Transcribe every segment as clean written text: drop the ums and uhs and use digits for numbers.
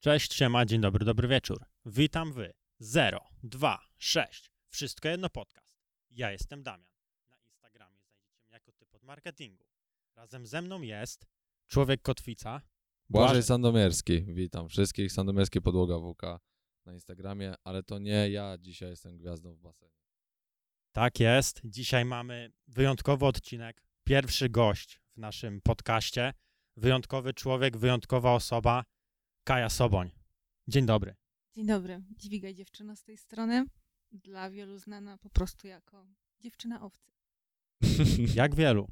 Cześć, siema, dzień dobry, dobry wieczór. Witam wy. 0, 2, 6. Wszystko jedno podcast. Ja jestem Damian. Na Instagramie znajdziecie mnie jako typ od marketingu. Razem ze mną jest człowiek kotwica. Błażej Sandomierski. Witam wszystkich. Sandomierski Podłoga WK na Instagramie, ale to nie ja dzisiaj jestem gwiazdą w basenie. Tak jest. Dzisiaj mamy wyjątkowy odcinek. Pierwszy gość w naszym podcaście. Wyjątkowy człowiek, wyjątkowa osoba. Kaja Soboń. Dzień dobry. Dzień dobry. Dźwigaj dziewczyna z tej strony. Dla wielu znana po prostu jako dziewczyna owcy. Jak wielu?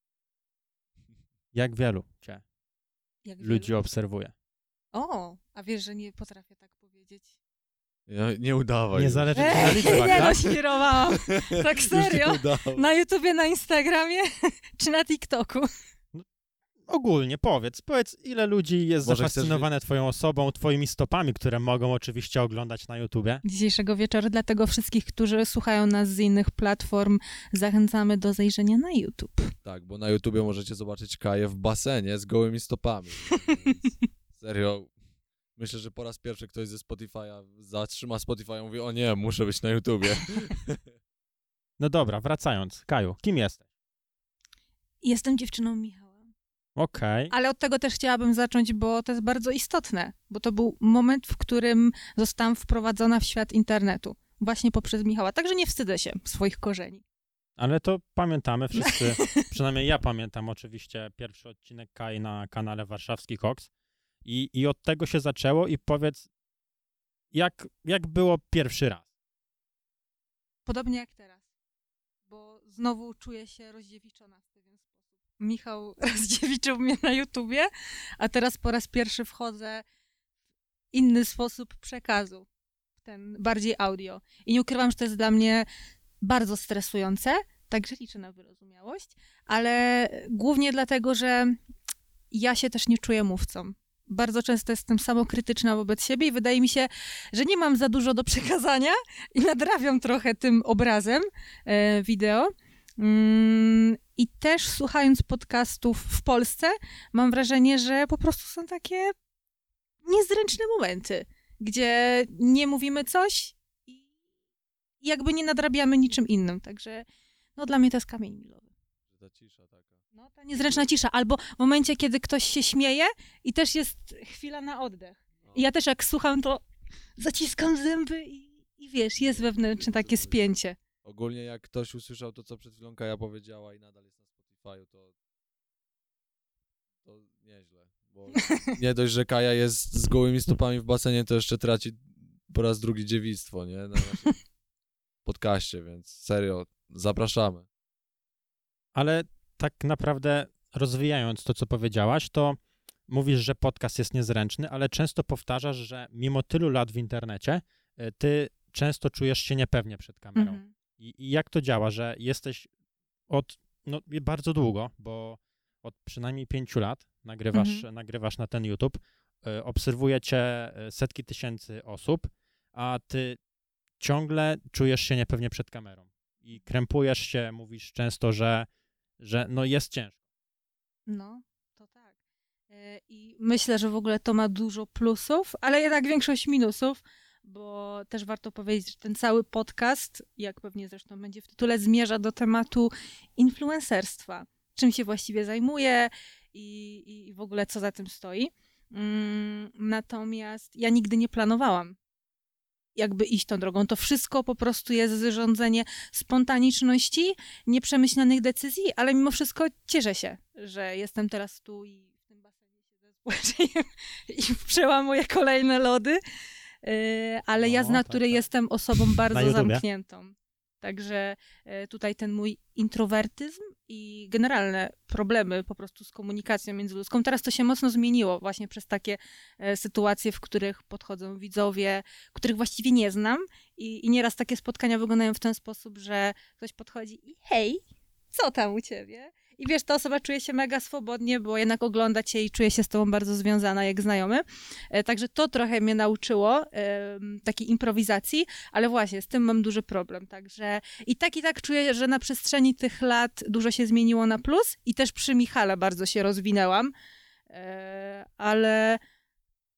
Jak wielu cię Jak ludzi wielu? obserwuje? O, a wiesz, że nie potrafię tak powiedzieć. Nie udawaj. Nie zależy ci na liczbach, nie tak? świrowałam. Tak serio? Udawaj. Na YouTubie, na Instagramie czy na TikToku? Ogólnie powiedz, ile ludzi jest Może zafascynowane twoją osobą, twoimi stopami, które mogą oczywiście oglądać na YouTubie. Dzisiejszego wieczoru, dlatego wszystkich, którzy słuchają nas z innych platform, zachęcamy do zajrzenia na YouTube. Tak, bo na YouTubie możecie zobaczyć Kaję w basenie z gołymi stopami. Więc serio, myślę, że po raz pierwszy ktoś ze Spotify'a zatrzyma Spotify'a i mówi, o nie, muszę być na YouTubie. No dobra, wracając. Kaju, kim jesteś? Jestem dziewczyną Michała. Okej. Ale od tego też chciałabym zacząć, bo to jest bardzo istotne, bo to był moment, w którym zostałam wprowadzona w świat internetu, właśnie poprzez Michała. Także nie wstydzę się swoich korzeni. Ale to pamiętamy wszyscy, przynajmniej ja pamiętam oczywiście pierwszy odcinek Kai na kanale Warszawski Koks i od tego się zaczęło i powiedz, jak było pierwszy raz? Podobnie jak teraz, bo znowu czuję się rozdziewiczona w pewien sposób. Michał rozdziewiczył mnie na YouTubie, a teraz po raz pierwszy wchodzę w inny sposób przekazu, ten bardziej audio. I nie ukrywam, że to jest dla mnie bardzo stresujące, także liczę na wyrozumiałość, ale głównie dlatego, że ja się też nie czuję mówcą. Bardzo często jestem samokrytyczna wobec siebie i wydaje mi się, że nie mam za dużo do przekazania i nadrabiam trochę tym obrazem wideo. I też słuchając podcastów w Polsce, mam wrażenie, że po prostu są takie niezręczne momenty, gdzie nie mówimy coś i jakby nie nadrabiamy niczym innym. Także no dla mnie to jest kamień milowy. Ta cisza taka. No, ta niezręczna cisza. Albo w momencie, kiedy ktoś się śmieje i też jest chwila na oddech. I ja też jak słucham, to zaciskam zęby i wiesz, jest wewnętrzne takie spięcie. Ogólnie jak ktoś usłyszał to, co przed chwilą Kaja powiedziała i nadal jest na Spotify'u, to nieźle. Bo nie dość, że Kaja jest z gołymi stopami w basenie, to jeszcze traci po raz drugi dziewictwo, nie? Na naszym podcaście, więc serio, zapraszamy. Ale tak naprawdę rozwijając to, co powiedziałaś, to mówisz, że podcast jest niezręczny, ale często powtarzasz, że mimo tylu lat w internecie, ty często czujesz się niepewnie przed kamerą. Mhm. I jak to działa, że jesteś od bardzo długo, bo od przynajmniej 5 lat nagrywasz na ten YouTube, obserwuje cię setki tysięcy osób, a ty ciągle czujesz się niepewnie przed kamerą i krępujesz się, mówisz często, że no jest ciężko. No, to tak. I myślę, że w ogóle to ma dużo plusów, ale jednak większość minusów, bo też warto powiedzieć, że ten cały podcast, jak pewnie zresztą będzie w tytule, zmierza do tematu influencerstwa. Czym się właściwie zajmuje i w ogóle co za tym stoi. Natomiast ja nigdy nie planowałam jakby iść tą drogą. To wszystko po prostu jest zrządzenie spontaniczności, nieprzemyślanych decyzji, ale mimo wszystko cieszę się, że jestem teraz tu i w tym basenie siedzę z Błażejem i przełamuję kolejne lody. Ale ja z natury jestem osobą bardzo zamkniętą. Także tutaj ten mój introwertyzm i generalne problemy po prostu z komunikacją międzyludzką. Teraz to się mocno zmieniło właśnie przez takie sytuacje, w których podchodzą widzowie, których właściwie nie znam i nieraz takie spotkania wyglądają w ten sposób, że ktoś podchodzi i hej, co tam u ciebie? I wiesz, ta osoba czuje się mega swobodnie, bo jednak ogląda cię i czuje się z tobą bardzo związana jak znajomy. Także to trochę mnie nauczyło takiej improwizacji, ale właśnie z tym mam duży problem. Także i tak czuję, że na przestrzeni tych lat dużo się zmieniło na plus i też przy Michale bardzo się rozwinęłam. Ale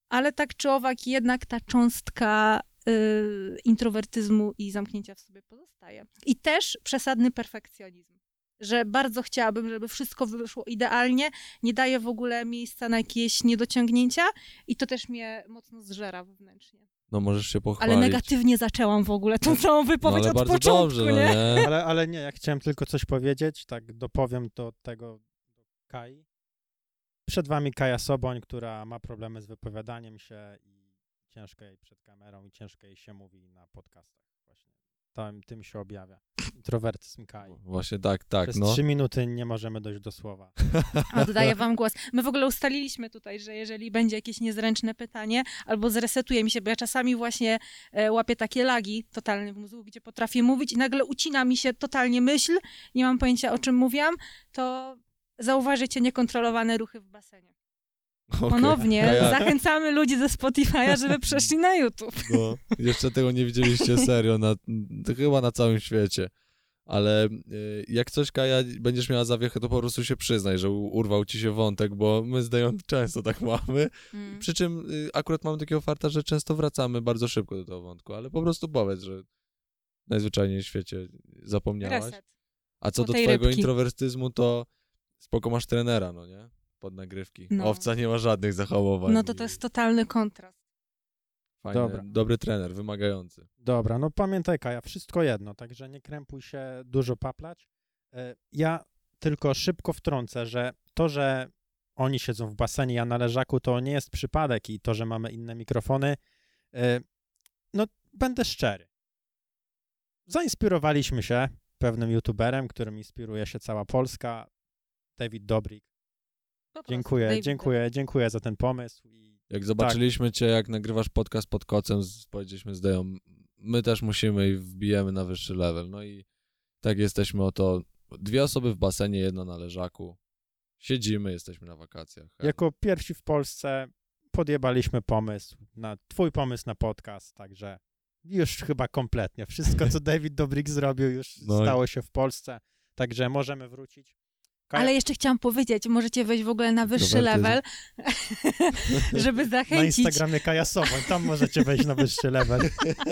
ale tak czy owak jednak ta cząstka introwertyzmu i zamknięcia w sobie pozostaje. I też przesadny perfekcjonizm, że bardzo chciałabym, żeby wszystko wyszło idealnie, nie daje w ogóle miejsca na jakieś niedociągnięcia i to też mnie mocno zżera wewnętrznie. No możesz się pochwalić. Ale negatywnie zaczęłam w ogóle tą całą wypowiedź ale od bardzo początku, dobrze, no nie? nie? Ale nie, ja chciałem tylko coś powiedzieć, tak dopowiem do tego Kai. Przed wami Kaja Soboń, która ma problemy z wypowiadaniem się i ciężko jej przed kamerą i ciężko jej się mówi na podcastach właśnie. Tym się objawia. Introwertyzm Kai. Właśnie tak, Przez no. 3 minuty nie możemy dojść do słowa. Oddaję wam głos. My w ogóle ustaliliśmy tutaj, że jeżeli będzie jakieś niezręczne pytanie, albo zresetuje mi się, bo ja czasami właśnie łapię takie lagi totalne w mózgu, gdzie potrafię mówić i nagle ucina mi się totalnie myśl, nie mam pojęcia o czym mówiłam, to zauważycie niekontrolowane ruchy w basenie. Okej. Ponownie Kaja, zachęcamy ludzi ze Spotify'a, żeby przeszli na YouTube. no, jeszcze tego nie widzieliście serio, chyba na całym świecie. Ale jak coś, Kaja, będziesz miała zawiechę, to po prostu się przyznaj, że urwał ci się wątek, bo my często tak mamy. Przy czym akurat mamy takiego farta, że często wracamy bardzo szybko do tego wątku, ale po prostu powiedz, że najzwyczajniej w świecie zapomniałaś. Reset. A co Po do tej twojego rybki. introwertyzmu, to spoko masz trenera, no nie? Pod nagrywki. No. Owca nie ma żadnych zahamowań. No to jest totalny kontrast. Fajne, Dobra. dobry trener, wymagający. Dobra, no pamiętaj Kaja, wszystko jedno, także nie krępuj się dużo paplać. Ja tylko szybko wtrącę, że to, że oni siedzą w basenie, ja na leżaku, to nie jest przypadek i to, że mamy inne mikrofony, no będę szczery. Zainspirowaliśmy się pewnym youtuberem, którym inspiruje się cała Polska, David Dobrik. Po prostu, Dziękuję, David. dziękuję za ten pomysł. Jak zobaczyliśmy cię, jak nagrywasz podcast pod kocem, powiedzieliśmy z Deją, my też musimy i wbijemy na wyższy level. No i tak jesteśmy oto 2 osoby w basenie, 1 na leżaku. Siedzimy, jesteśmy na wakacjach. Jako pierwsi w Polsce podjebaliśmy twój pomysł na podcast, także już chyba kompletnie. Wszystko, co David Dobrik zrobił, już stało się w Polsce, także możemy wrócić. Ale jeszcze chciałam powiedzieć, możecie wejść w ogóle na wyższy level, żeby Na zachęcić, Instagramie Kaja Soboń, tam możecie wejść na wyższy level.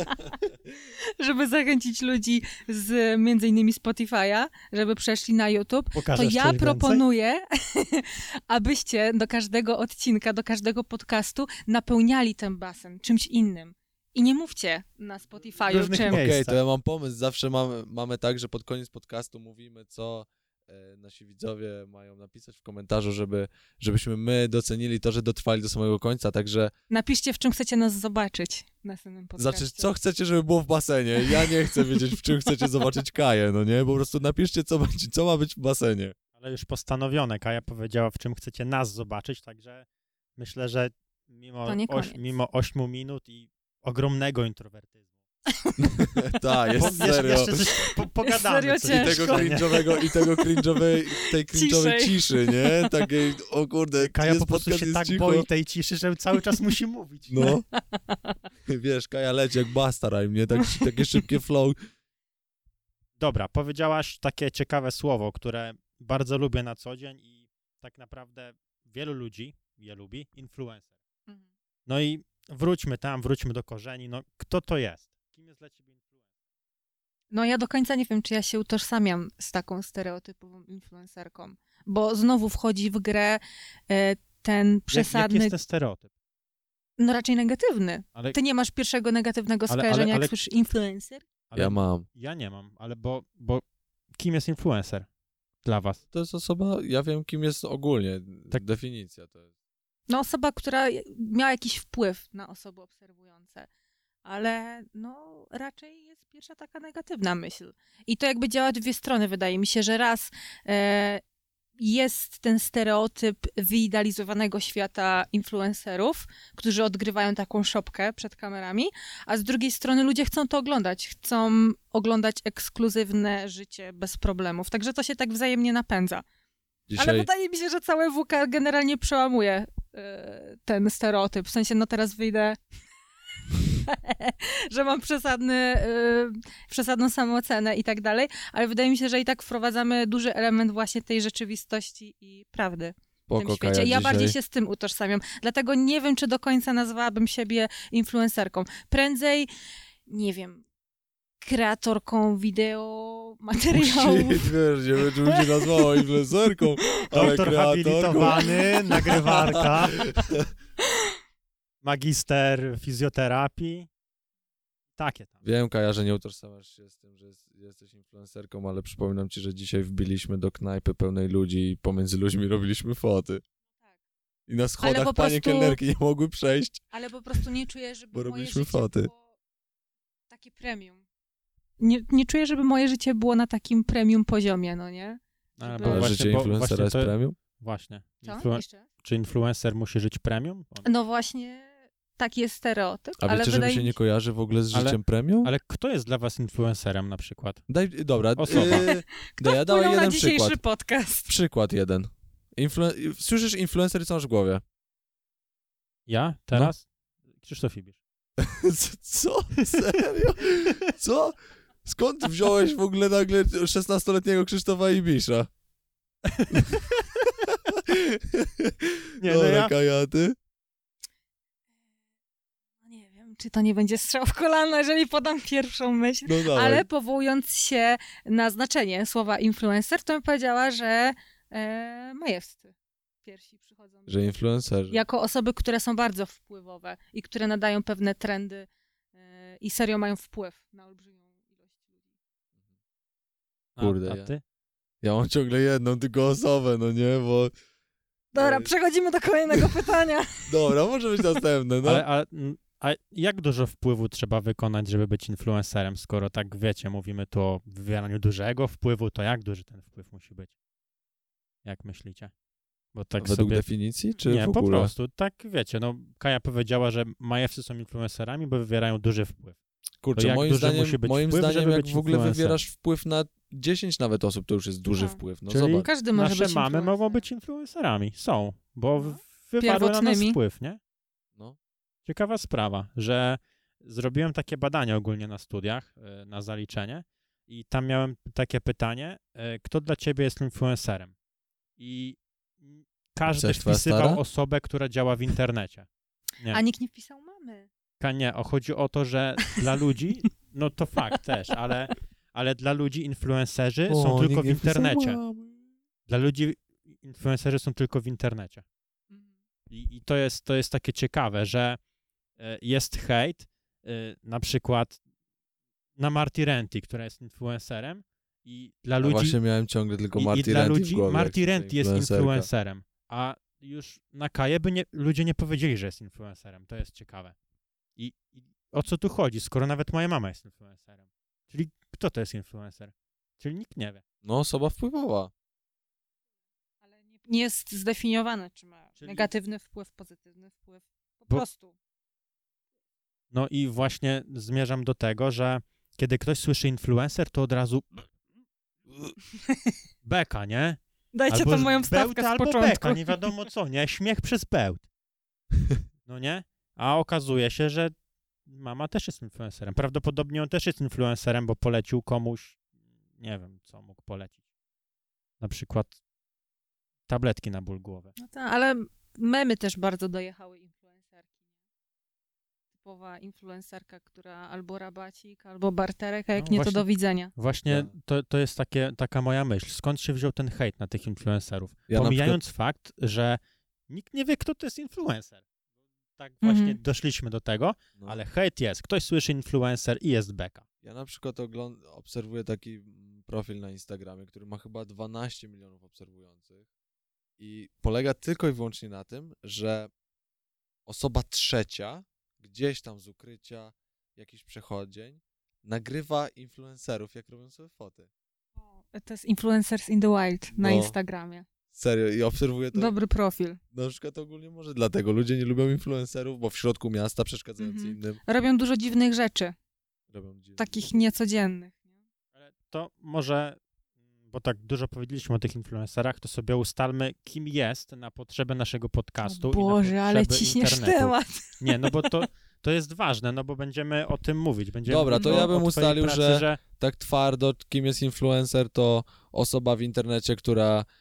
żeby zachęcić ludzi z między innymi Spotify'a, żeby przeszli na YouTube. Pokażesz To ja coś proponuję, abyście do każdego odcinka, do każdego podcastu napełniali ten basen czymś innym. I nie mówcie na Spotify'u Różnych czym. miejsc. Okej, to ja mam pomysł. Zawsze mamy tak, że pod koniec podcastu mówimy, co nasi widzowie mają napisać w komentarzu, żebyśmy my docenili to, że dotrwali do samego końca, także Napiszcie, w czym chcecie nas zobaczyć w następnym podcaście. znaczy, co chcecie, żeby było w basenie. Ja nie chcę wiedzieć, w czym chcecie zobaczyć Kaję, no nie? Po prostu napiszcie, co ma być w basenie. Ale już postanowione, Kaja powiedziała, w czym chcecie nas zobaczyć, także myślę, że mimo 8 minut i ogromnego introwertyzmu. Tak, jest serio. Jeszcze coś pogadamy. Serio coś I tego tej cringe'owej ciszy, nie? Takiej, o kurde, Kaja jest po prostu podcast, się jest tak cicho. boi tej ciszy, że cały czas musi mówić. No. Wiesz, Kaja leci jak Bastaraj mnie, takie szybkie flow. Dobra, powiedziałaś takie ciekawe słowo, które bardzo lubię na co dzień i tak naprawdę wielu ludzi je lubi, influencer. Mhm. No i wróćmy do korzeni. No, kto to jest? Kim jest dla ciebie influencer? No ja do końca nie wiem, czy ja się utożsamiam z taką stereotypową influencerką, bo znowu wchodzi w grę ten przesadny, Jaki jest ten stereotyp? no raczej negatywny. Ale, Ty nie masz pierwszego negatywnego Ale- skojarzenia, ale- jak słyszysz influencer? ale Ja mam. Ja nie mam, ale bo kim jest influencer dla was? To jest osoba, ja wiem, kim jest ogólnie. Tak. Definicja to jest. No osoba, która miała jakiś wpływ na osoby obserwujące, ale no raczej jest pierwsza taka negatywna myśl. I to jakby działa 2 strony, wydaje mi się, że raz jest ten stereotyp wyidealizowanego świata influencerów, którzy odgrywają taką szopkę przed kamerami, a z drugiej strony ludzie chcą to oglądać, chcą oglądać ekskluzywne życie bez problemów, także to się tak wzajemnie napędza. Dzisiaj... Ale wydaje mi się, że całe WK generalnie przełamuje ten stereotyp. W sensie, no teraz wyjdę, że mam przesadną samoocenę i tak dalej, ale wydaje mi się, że i tak wprowadzamy duży element właśnie tej rzeczywistości i prawdy. w tym świecie. Ja bardziej się z tym utożsamiam. Dlatego nie wiem, czy do końca nazwałabym siebie influencerką. Prędzej, nie wiem, kreatorką wideo, materiałów. Nie czy mnie nazwała influencerką, ale Doktor kreatorką. habilitowany, nagrywarka, magister fizjoterapii. Takie tam. Wiem, Kaja, że nie utożsamiasz się z tym, że jesteś influencerką, ale przypominam ci, że dzisiaj wbiliśmy do knajpy pełnej ludzi i pomiędzy ludźmi robiliśmy foty. I na schodach po panie prostu- kelnerki nie mogły przejść. Ale po prostu nie czuję, żeby Bo moje robiliśmy życie foty. było takie premium. Nie czuję, żeby moje życie było na takim premium poziomie, no nie? Ale Żeby- bo Ale właśnie- życie bo influencera właśnie jest to- premium? Właśnie. Co? Jeszcze? Czy influencer musi żyć premium? No właśnie, taki jest stereotyp, A ale wiecie, że mi wydaje się mi nie kojarzy w ogóle z Ale- życiem premium? Ale kto jest dla was influencerem na przykład? Dobra, Osoba. Daję wpłynął na jeden dzisiejszy przykład. podcast. Przykład jeden. Słyszysz influencer i co masz w głowie? Ja? Teraz? Krzysztof Ibisz. Co? Serio? Co? Skąd wziąłeś w ogóle nagle 16-letniego Krzysztofa Ibisza? Nie, no Dobra, ja- Kaja, ty? Nie wiem, czy to nie będzie strzał w kolano, jeżeli podam pierwszą myśl. No dawaj. Ale powołując się na znaczenie słowa influencer, to bym powiedziała, że majewscy pierwsi przychodzą. Że influencerzy. Jako osoby, które są bardzo wpływowe i które nadają pewne trendy i serio mają wpływ na olbrzymią ilość ludzi. Kurde, A ja- ty? Ja mam ciągle jedną tylko osobę, no nie, bo... Dobra, przechodzimy do kolejnego pytania. Dobra, może być następne, no. A jak dużo wpływu trzeba wykonać, żeby być influencerem, skoro tak wiecie, mówimy tu o wywieraniu dużego wpływu, to jak duży ten wpływ musi być? Jak myślicie? Bo tak Według sobie... definicji, czy Nie, w po ogóle? prostu, tak wiecie, no Kaja powiedziała, że majewscy są influencerami, bo wywierają duży wpływ. Kurczę, To jak moim duży zdaniem, musi być moim wpływ, zdaniem żeby jak być w ogóle influencerem? wywierasz wpływ na 10 nawet osób, to już jest duży No. wpływ. No Czyli zobacz. Każdy może Nasze być mamy influencerem. mogą być influencerami. Są, bo No. wywarły na nas Pierwotnymi. wpływ, nie? No. Ciekawa sprawa, że zrobiłem takie badanie ogólnie na studiach, na zaliczenie i tam miałem takie pytanie, kto dla ciebie jest influencerem? I każdy Cześć, twoja wpisywał stara? osobę, która działa w internecie. Nie. A nikt nie wpisał mamy. Nie, chodzi o to, że dla ludzi, no to fakt też, ale dla ludzi influencerzy są tylko w internecie. Dla ludzi influencerzy są tylko w internecie. I to jest takie ciekawe, że jest hejt, na przykład na Marty Renty, która jest influencerem i dla Ja ludzi... właśnie miałem ciągle tylko i Marty dla Renty ludzi w głowie. Marty jak Renty jest influencerka. influencerem, a już na Kaję ludzie nie powiedzieli, że jest influencerem. To jest ciekawe. I o co tu chodzi, skoro nawet moja mama jest influencerem? Czyli kto to jest influencer? Czyli nikt nie wie. No, osoba wpływowa. Ale nie jest zdefiniowane, czy ma Czyli- negatywny wpływ, pozytywny wpływ. Po Bo- prostu. No i właśnie zmierzam do tego, że kiedy ktoś słyszy influencer, to od razu beka, nie? Dajcie Albo tam moją bełt, wstawkę z albo początku. beka, nie wiadomo co, nie? Śmiech przez bełt. No nie? A okazuje się, że mama też jest influencerem. Prawdopodobnie on też jest influencerem, bo polecił komuś, nie wiem, co mógł polecić. Na przykład tabletki na ból głowy. No tak, ale memy też bardzo dojechały influencerki. Typowa influencerka, która albo rabacik, albo barterek, a jak No nie, to właśnie. do widzenia. Właśnie Tak. to jest taka moja myśl. Skąd się wziął ten hejt na tych influencerów? Ja na Pomijając fakt, że nikt nie wie, kto to jest influencer. Tak właśnie Mhm. doszliśmy do tego, No. ale hejt jest. Ktoś słyszy influencer i jest beka. Ja na przykład obserwuję taki profil na Instagramie, który ma chyba 12 milionów obserwujących i polega tylko i wyłącznie na tym, że osoba trzecia, gdzieś tam z ukrycia, jakiś przechodzień, nagrywa influencerów, jak robią sobie foty. To jest Influencers in the Wild na No. Instagramie. Serio, i obserwuję to. Dobry profil. Na przykład ogólnie może dlatego ludzie nie lubią influencerów, bo w środku miasta przeszkadzając Mhm. innym Robią dużo dziwnych rzeczy, robią dziwne. takich niecodziennych. Ale to może, bo tak dużo powiedzieliśmy o tych influencerach, to sobie ustalmy, kim jest na potrzeby naszego podcastu. O i na Boże, ale potrzeby ciśniesz internetu. temat. Nie, no bo to jest ważne, no bo będziemy o tym mówić. Będziemy Dobra, to mówić ja o bym twojej ustalił, pracy, że tak twardo, kim jest influencer, to osoba w internecie, która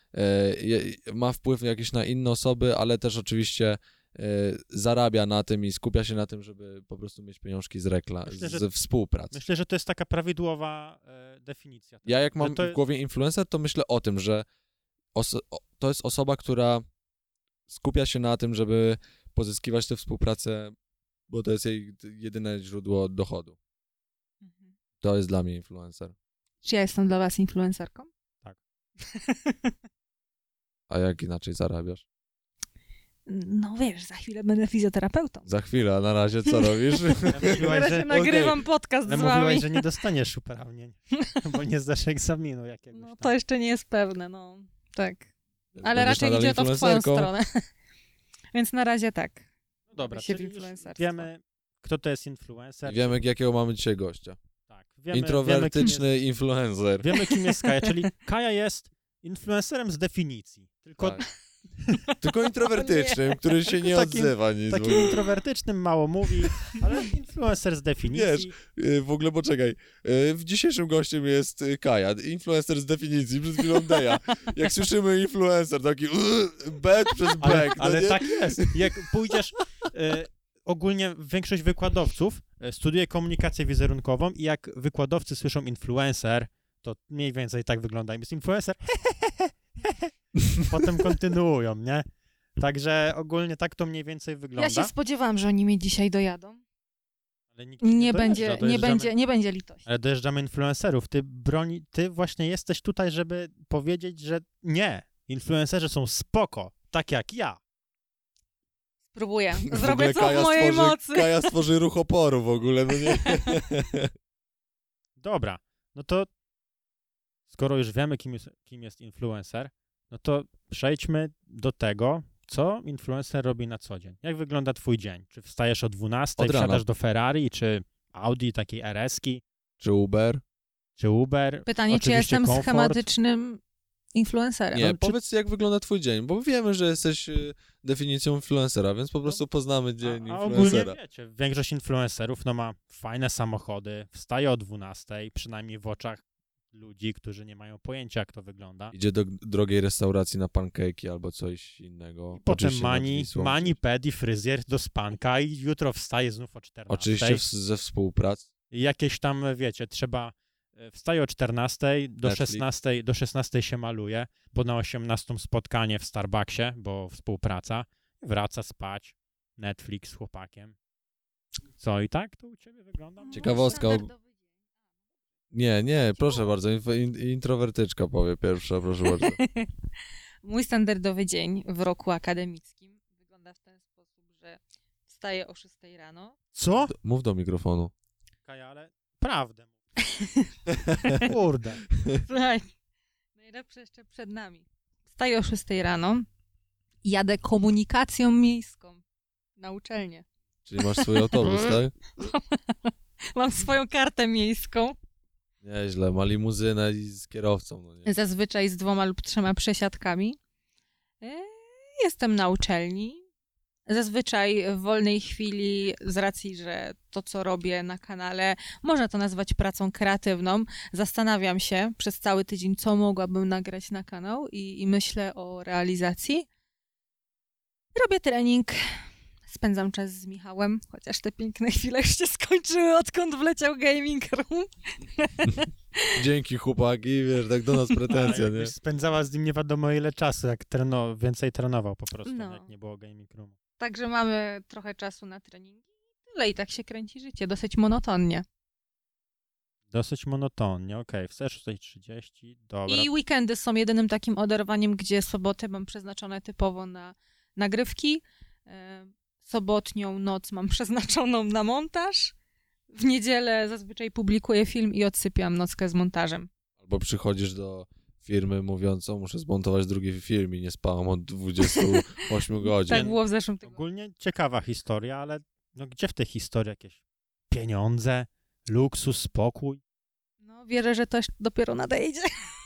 ma wpływ jakiś na inne osoby, ale też oczywiście zarabia na tym i skupia się na tym, żeby po prostu mieć pieniążki z Myślę, ze współpracy. Myślę, że to jest taka prawidłowa definicja. Ja jak Że mam to w głowie influencer, to myślę o tym, że to jest osoba, która skupia się na tym, żeby pozyskiwać tę współpracę, bo to jest jej jedyne źródło dochodu. To jest dla mnie influencer. Czy ja jestem dla was influencerką? Tak. A jak inaczej zarabiasz? No wiesz, za chwilę będę fizjoterapeutą. Za chwilę, a na razie co robisz? Mówiłaś, Teraz że, nagrywam podcast ale z wami. mówiłaś, że nie dostaniesz uprawnień, bo nie zdasz egzaminu jakiegoś No tam. to jeszcze nie jest pewne, no. Tak. Ale Będziesz raczej nadal idzie to w twoją influencerką? stronę. Więc na razie tak. No dobra, się w czyli już influencerstwo. wiemy, kto to jest influencer. Wiemy, jakiego mamy dzisiaj gościa. Tak, wiemy, Introwertyczny influencer. Wiemy, kim jest Kaja, czyli Kaja jest influencerem z definicji. Tylko Tak. Tylko introwertycznym, który się nie Takim- odzywa nic. w takim ogóle. introwertycznym, mało mówi, ale influencer z definicji. W ogóle poczekaj. W dzisiejszym gościem jest Kaja, influencer z definicji, przed chwilą Deja. Jak słyszymy influencer, taki bet przez Ale, back. ale nie? tak jest. Jak pójdziesz, ogólnie większość wykładowców studiuje komunikację wizerunkową i jak wykładowcy słyszą influencer, to mniej więcej tak wygląda. Im jest influencer, potem kontynuują, nie? Także ogólnie tak to mniej więcej wygląda. Ja się spodziewałam, że oni mnie dzisiaj dojadą. Ale nikt ci Nie dojeżdża, dojeżdżamy- nie będzie litości. Ale dojeżdżamy influencerów. Ty właśnie jesteś tutaj, żeby powiedzieć, że nie. Influencerzy są spoko, tak jak ja. Spróbuję. W Zrobię ogóle co w mojej mocy. Kaja stworzy ruch oporu w ogóle, no nie? Dobra, no to skoro już wiemy, kim jest influencer, no to przejdźmy do tego, co influencer robi na co dzień. Jak wygląda twój dzień? Czy wstajesz o 12, Od rana. wsiadasz do Ferrari, czy Audi, takiej RS-ki, Czy Uber? czy Uber? Pytanie, czy ja Oczywiście jestem komfort. schematycznym influencerem? Nie, czy- powiedz jak wygląda twój dzień, bo wiemy, że jesteś definicją influencera, więc po prostu poznamy dzień A ogólnie influencera. wiecie, większość influencerów ma fajne samochody, wstaje o 12, przynajmniej w oczach ludzi, którzy nie mają pojęcia, jak to wygląda. Idzie do drogiej restauracji na pancake'i albo coś innego. I potem Oczywiście nad Wisłą. mani, pedi, fryzjer do spanka i jutro wstaje znów o 14. Oczywiście ze współprac. I jakieś tam, wiecie, wstaje o 14, Netflix. do 16 się maluje, bo na 18 spotkanie w Starbucksie, bo współpraca, wraca spać, Netflix z chłopakiem. Co, i tak to u ciebie wygląda? Ciekawostka. Nie, proszę bardzo, introwertyczka powie pierwsza, proszę bardzo. Mój standardowy dzień w roku akademickim wygląda w ten sposób, że wstaję o 6 rano. Co? Mów do mikrofonu. Kaja, ale prawdę. Kurde. Słuchaj, najlepsze jeszcze przed nami. Wstaję o 6 rano i jadę komunikacją miejską na uczelnię. Czyli masz swój autobus, tak? Mam swoją kartę miejską, Nieźle, ma limuzynę i z kierowcą, no nie? zazwyczaj z 2 lub 3 przesiadkami. Jestem na uczelni. Zazwyczaj w wolnej chwili, z racji, że to, co robię na kanale, można to nazwać pracą kreatywną, zastanawiam się przez cały tydzień, co mogłabym nagrać na kanał i myślę o realizacji. Robię trening, spędzam czas z Michałem, chociaż te piękne chwile już się skończyły, odkąd wleciał Gaming Room. Dzięki chłopaki, wiesz, tak do nas pretensja, nie? Jakbyś spędzała z nim nie wiadomo ile czasu, jak więcej trenował po prostu, No. jak nie było gaming roomu. Także mamy trochę czasu na treningi. Tyle i tak się kręci życie, dosyć monotonnie. Dosyć monotonnie, okej. Wstajesz o 6:30, dobra. I weekendy są jedynym takim oderwaniem, gdzie soboty mam przeznaczone typowo na nagrywki. Sobotnią noc mam przeznaczoną na montaż. W niedzielę zazwyczaj publikuję film i odsypiam nockę z montażem. Albo przychodzisz do firmy mówiąc, o, muszę zmontować drugi film i nie spałam od 28 godzin. Tak było w zeszłym tygodniu. Ogólnie ciekawa historia, ale no gdzie w tej historii jakieś pieniądze, luksus, spokój? No, wierzę, że to dopiero nadejdzie.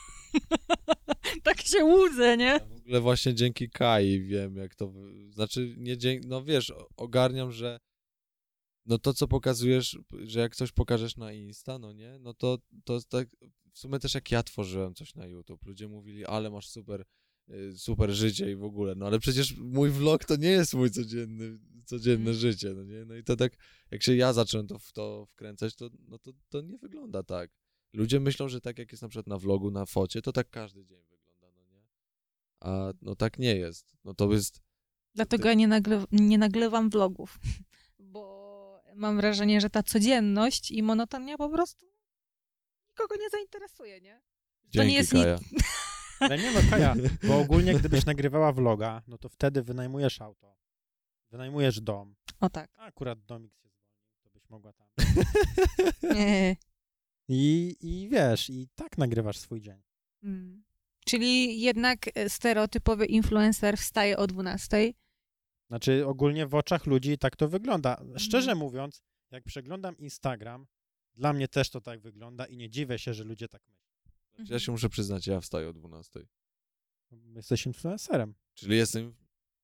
Tak się łudzę, nie? W ogóle właśnie dzięki Kai wiem, jak to... Znaczy, nie dzięki... No wiesz, ogarniam, że no to, co pokazujesz, że jak coś pokażesz na Insta, no nie? No to tak... W sumie też jak ja tworzyłem coś na YouTube, ludzie mówili, ale masz super super życie i w ogóle, no ale przecież mój vlog to nie jest mój codzienne życie, no nie? No i to tak, jak się ja zacząłem w to wkręcać, to nie wygląda tak. Ludzie myślą, że tak jak jest na przykład na vlogu, na focie, to tak każdy dzień wygląda, no nie? A no tak nie jest. No to jest... Dlatego ja nie nagrywam vlogów, bo mam wrażenie, że ta codzienność i monotonia po prostu nikogo nie zainteresuje, nie? To nie jest Kaja. Ale nie no, Kaja, bo ogólnie gdybyś nagrywała vloga, no to wtedy wynajmujesz auto, wynajmujesz dom. O tak. A akurat domik się zwolnił, to byś mogła tam. Nie. I wiesz, i tak nagrywasz swój dzień. Czyli jednak stereotypowy influencer wstaje o 12:00. Znaczy ogólnie w oczach ludzi tak to wygląda. Szczerze mówiąc, jak przeglądam Instagram, dla mnie też to tak wygląda i nie dziwię się, że ludzie tak myślą. Ja się muszę przyznać, ja wstaję o 12:00. Jesteś influencerem. Czyli jestem...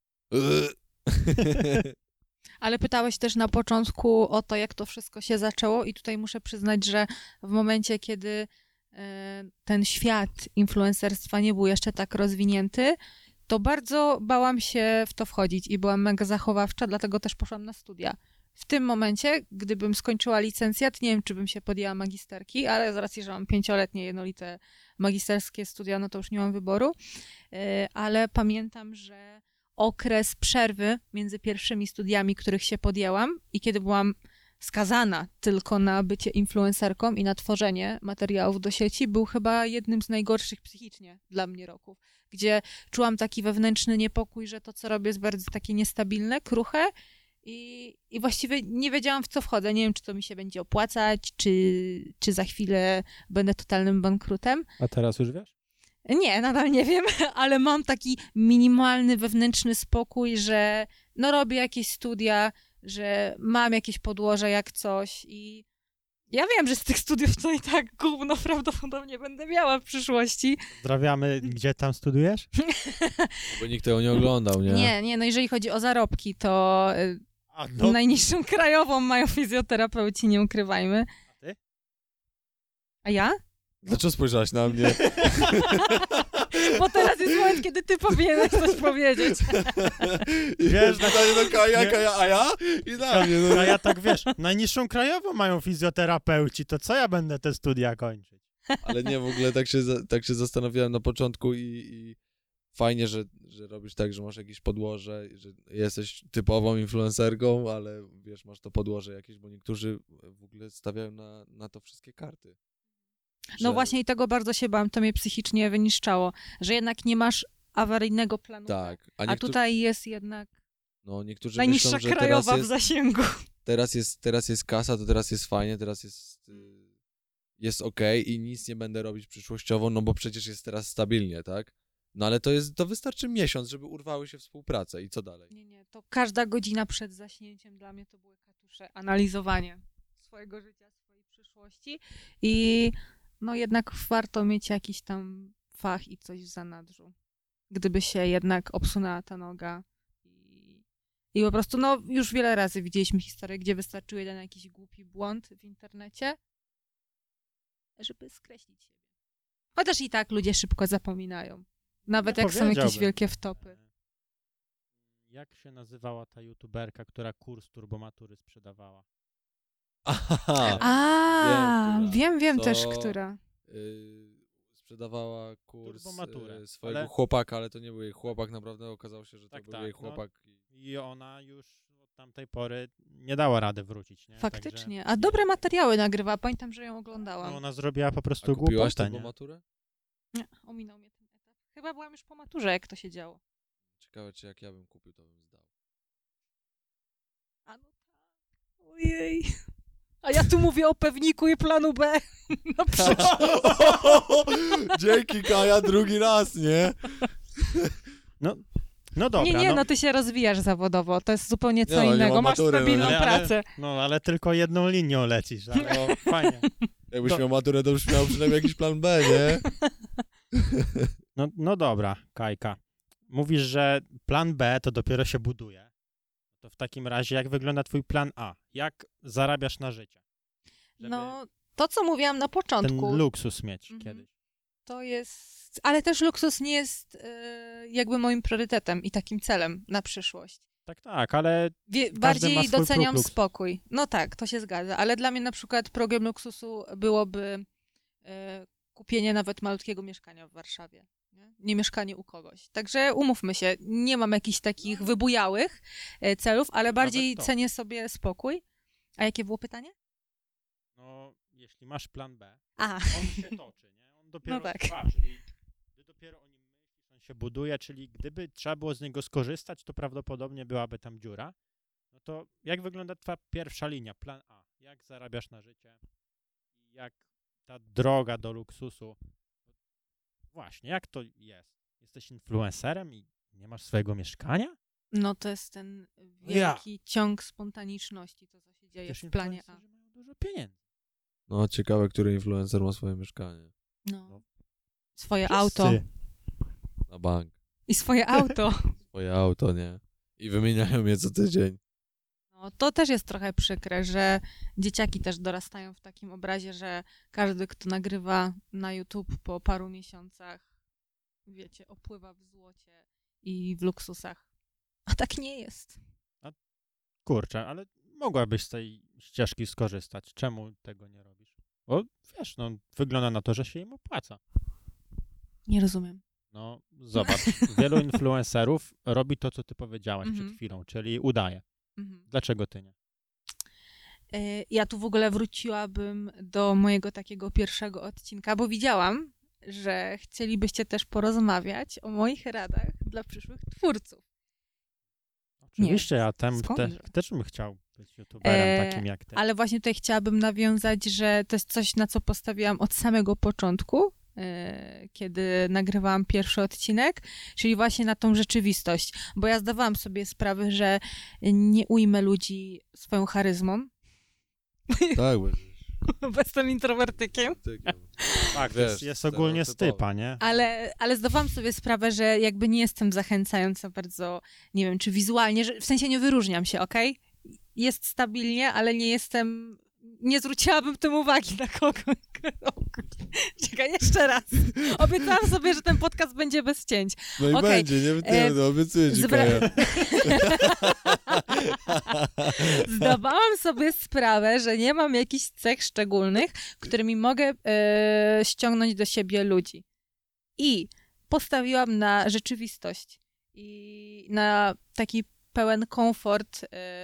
Ale pytałeś też na początku o to, jak to wszystko się zaczęło i tutaj muszę przyznać, że w momencie, kiedy ten świat influencerstwa nie był jeszcze tak rozwinięty, to bardzo bałam się w to wchodzić i byłam mega zachowawcza, dlatego też poszłam na studia. W tym momencie, gdybym skończyła licencjat, nie wiem, czy bym się podjęła magisterki, ale z racji, że mam 5-letnie jednolite magisterskie studia, no to już nie mam wyboru. Ale pamiętam, że okres przerwy między pierwszymi studiami, których się podjęłam i kiedy byłam skazana tylko na bycie influencerką i na tworzenie materiałów do sieci, był chyba jednym z najgorszych psychicznie dla mnie roków, gdzie czułam taki wewnętrzny niepokój, że to, co robię, jest bardzo takie niestabilne, kruche i właściwie nie wiedziałam, w co wchodzę. Nie wiem, czy to mi się będzie opłacać, czy za chwilę będę totalnym bankrutem. A teraz już wiesz? Nie, nadal nie wiem, ale mam taki minimalny wewnętrzny spokój, że no robię jakieś studia, że mam jakieś podłoże jak coś i ja wiem, że z tych studiów to i tak gówno prawdopodobnie będę miała w przyszłości. Pozdrawiamy. Gdzie tam studiujesz? Bo nikt tego nie oglądał, nie? Nie, no jeżeli chodzi o zarobki, to A, no. najniższą krajową mają fizjoterapeuci, nie ukrywajmy. A ty? A ja? Dlaczego spojrzałaś na mnie? Bo teraz jest moment, kiedy ty powinieneś coś powiedzieć. Wiesz, pytanie do Kaja, a ja? I na mnie. No. A ja tak wiesz, najniższą krajową mają fizjoterapeuci, to co ja będę te studia kończyć? Ale nie, w ogóle tak się zastanawiałem na początku i fajnie, że robisz tak, że masz jakieś podłoże, że jesteś typową influencerką, ale wiesz, masz to podłoże jakieś, bo niektórzy w ogóle stawiają na to wszystkie karty. No właśnie i tego bardzo się bałam, to mnie psychicznie wyniszczało, że jednak nie masz awaryjnego planu. Tak. A tutaj jest jednak no, niektórzy najniższa myślą, że krajowa w zasięgu. teraz jest kasa, to teraz jest fajnie, teraz jest okej i nic nie będę robić przyszłościowo, no bo przecież jest teraz stabilnie, tak? No ale to wystarczy miesiąc, żeby urwały się współprace i co dalej? Nie, to każda godzina przed zaśnięciem dla mnie to były katusze, analizowanie swojego życia, swojej przyszłości i no jednak warto mieć jakiś tam fach i coś w zanadrzu. Gdyby się jednak obsunęła ta noga i po prostu, no już wiele razy widzieliśmy historię, gdzie wystarczył jeden jakiś głupi błąd w internecie, żeby skreślić siebie. Chociaż i tak ludzie szybko zapominają. Nawet Ja jak są jakieś powiedziałbym. wielkie wtopy. Jak się nazywała ta youtuberka, która kurs turbomatury sprzedawała? Aha, Wiem Co? też, która. Sprzedawała kurs Turbomaturę, swojego ale- chłopaka, ale to nie był jej chłopak, naprawdę okazało się, że to Tak, był tak, jej no. chłopak. I ona już od tamtej pory nie dała rady wrócić, nie? Faktycznie. A dobre materiały nagrywa. Pamiętam, że ją Także, oglądałam. no, ona zrobiła po A prostu kupiłaś głupotę, nie? turbomaturę? Nie, ominął mnie ten etap. Chyba byłam już po maturze, jak to się działo. Ciekawe, czy jak ja bym kupił, to bym zdał. A no tak. Ojej. A ja tu mówię o pewniku i planu B. No przecież. Dzięki, Kaja, drugi raz, nie? No dobra, Nie, no ty się rozwijasz zawodowo. To jest zupełnie co Nie, nie innego. mam Masz matury, no stabilną nie? pracę. ale tylko jedną linią lecisz, ale fajnie. Jakbyś To- miał maturę, to byś miał przynajmniej jakiś plan B, nie? No dobra, Kajka. Mówisz, że plan B to dopiero się buduje. To w takim razie jak wygląda twój plan A? Jak zarabiasz na życie? Żeby No, to co mówiłam na ten początku. luksus mieć Mhm. kiedyś. to jest... Ale też luksus nie jest jakby moim priorytetem i takim celem na przyszłość. Tak, ale ma Bardziej swój doceniam próg luksu. spokój. No tak, to się zgadza. Ale dla mnie na przykład progiem luksusu byłoby kupienie nawet malutkiego mieszkania w Warszawie. Nie mieszkanie u kogoś. Także umówmy się, nie mam jakichś takich wybujałych celów, ale bardziej to. cenię sobie spokój. A jakie było pytanie? No, jeśli masz plan B, Aha. on się toczy, nie? On dopiero No tak. trwa, czyli ty dopiero o nim myślisz, on się buduje, czyli gdyby trzeba było z niego skorzystać, to prawdopodobnie byłaby tam dziura. No to jak wygląda twoja pierwsza linia, plan A? Jak zarabiasz na życie? Jak ta droga do luksusu? Właśnie, jak to jest? Jesteś influencerem i nie masz swojego mieszkania? No to jest ten Ja. wielki ciąg spontaniczności, to co się dzieje Przecież w planie A. influencerzy mają dużo pieniędzy. No, ciekawe, który influencer ma swoje mieszkanie. No. Swoje Wszyscy. auto. Na bank. I swoje auto. Swoje auto, nie? I wymieniają je co tydzień. No, to też jest trochę przykre, że dzieciaki też dorastają w takim obrazie, że każdy, kto nagrywa na YouTube po paru miesiącach, wiecie, opływa w złocie i w luksusach. A tak nie jest. Kurczę, ale mogłabyś z tej ścieżki skorzystać. Czemu tego nie robisz? Bo wiesz, no wygląda na to, że się im opłaca. Nie rozumiem. No zobacz, wielu influencerów robi to, co ty powiedziałaś Mhm. przed chwilą, czyli udaje. Mhm. Dlaczego ty nie? Ja tu w ogóle wróciłabym do mojego takiego pierwszego odcinka, bo widziałam, że chcielibyście też porozmawiać o moich radach dla przyszłych twórców. Oczywiście, ja skądże? też bym chciał być youtuberem takim jak ty. Ale właśnie tutaj chciałabym nawiązać, że to jest coś, na co postawiłam od samego początku, kiedy nagrywałam pierwszy odcinek, czyli właśnie na tą rzeczywistość. Bo ja zdawałam sobie sprawę, że nie ujmę ludzi swoją charyzmą, Tak, bo jestem introwertykiem. Tak, wiesz, jest ogólnie stereotypowe. stypa, nie? Ale zdawałam sobie sprawę, że jakby nie jestem zachęcająca bardzo, nie wiem, czy wizualnie, że w sensie nie wyróżniam się, okej? Jest stabilnie, ale nie zwróciłabym tym uwagi na kogoś. Czekaj, jeszcze raz. Obiecałam sobie, że ten podcast będzie bez cięć. No i Okej. będzie, nie wytniemy, no obiecuję ci, Zbra- Kaja. Zdawałam sobie sprawę, że nie mam jakichś cech szczególnych, którymi mogę ściągnąć do siebie ludzi. I postawiłam na rzeczywistość i na taki pełen komfort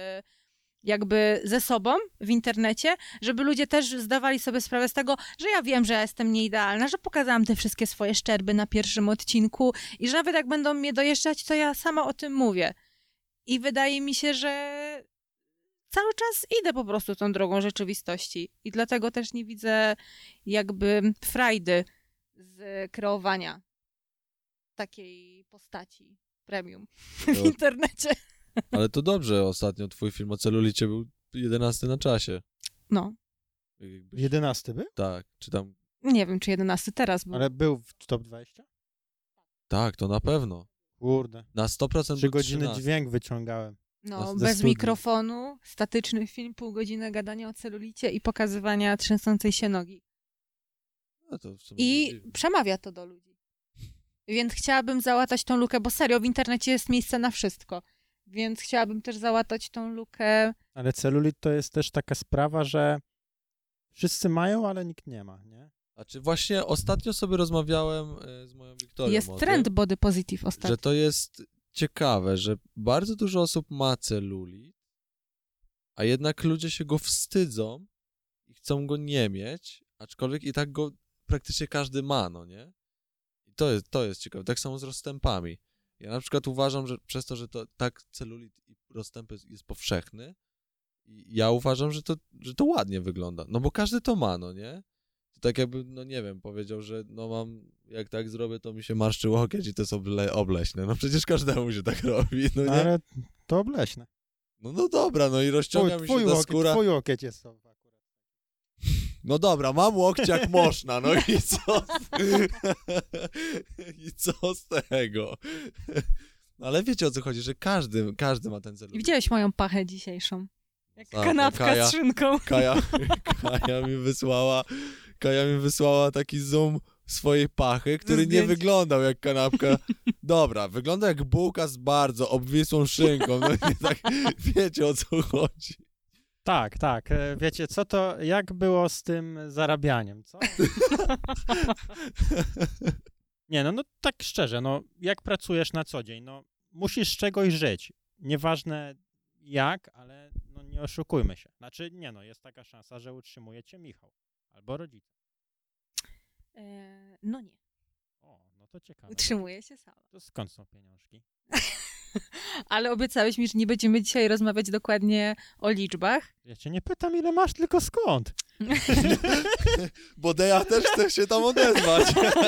jakby ze sobą w internecie, żeby ludzie też zdawali sobie sprawę z tego, że ja wiem, że ja jestem nieidealna, że pokazałam te wszystkie swoje szczerby na pierwszym odcinku i że nawet jak będą mnie dojeżdżać, to ja sama o tym mówię. I wydaje mi się, że cały czas idę po prostu tą drogą rzeczywistości. I dlatego też nie widzę jakby frajdy z kreowania takiej postaci premium w To- internecie. Ale to dobrze, ostatnio twój film o celulicie był 11 na czasie. No, Jakbyś- 11 był? Tak, czy tam... nie wiem, czy 11 teraz był. Ale był w top 20? Tak, to na pewno. Kurde. Na 100% 3 był godziny 13. dźwięk wyciągałem. No, ze bez studni. mikrofonu, statyczny film, pół godziny gadania o celulicie i pokazywania trzęsącej się nogi. No to w sumie nie I dziwne. przemawia to do ludzi. Więc chciałabym załatać tą lukę, bo serio, w internecie jest miejsce na wszystko. Więc chciałabym też załatać tą lukę. Ale celulit to jest też taka sprawa, że wszyscy mają, ale nikt nie ma, nie? Znaczy właśnie ostatnio sobie rozmawiałem z moją Wiktorią Jest o trend tym, body positive ostatnio. że to jest ciekawe, że bardzo dużo osób ma celulit, a jednak ludzie się go wstydzą i chcą go nie mieć, aczkolwiek i tak go praktycznie każdy ma, no nie? I to jest ciekawe. Tak samo z rozstępami. Ja na przykład uważam, że przez to, że to tak celulit i rozstępy jest powszechny, i ja uważam, że to ładnie wygląda. No bo każdy to ma, no nie? To tak jakby, no nie wiem, powiedział, że no mam, jak tak zrobię, to mi się marszczy łokieć i to jest obleśne. No przecież każdemu się tak robi, no nie? Ale to obleśne. No dobra, no i rozciąga mi się ta skóra. Twój łokieć jest akurat. No dobra, mam łokciak można, no i co? I co z tego? No ale wiecie o co chodzi, że każdy ma ten cel. I widziałeś moją pachę dzisiejszą? Jak Tak, kanapka Kaja- z szynką. Kaja mi wysłała taki zoom swojej pachy, który nie Zdjęć. wyglądał jak kanapka. Dobra, wygląda jak bułka z bardzo obwisłą szynką. No nie tak wiecie, o co chodzi. Tak. Wiecie, jak było z tym zarabianiem, co? Nie, no tak szczerze, jak pracujesz na co dzień, musisz z czegoś żyć. Nieważne jak, ale nie oszukujmy się. Znaczy, jest taka szansa, że utrzymuje cię Michał albo rodzice. No nie, O, no to ciekawe. utrzymuję się sama. To skąd są pieniążki? Ale obiecałeś mi, że nie będziemy dzisiaj rozmawiać dokładnie o liczbach. Ja cię nie pytam, ile masz, tylko skąd. Bo Deja też chce się tam odezwać.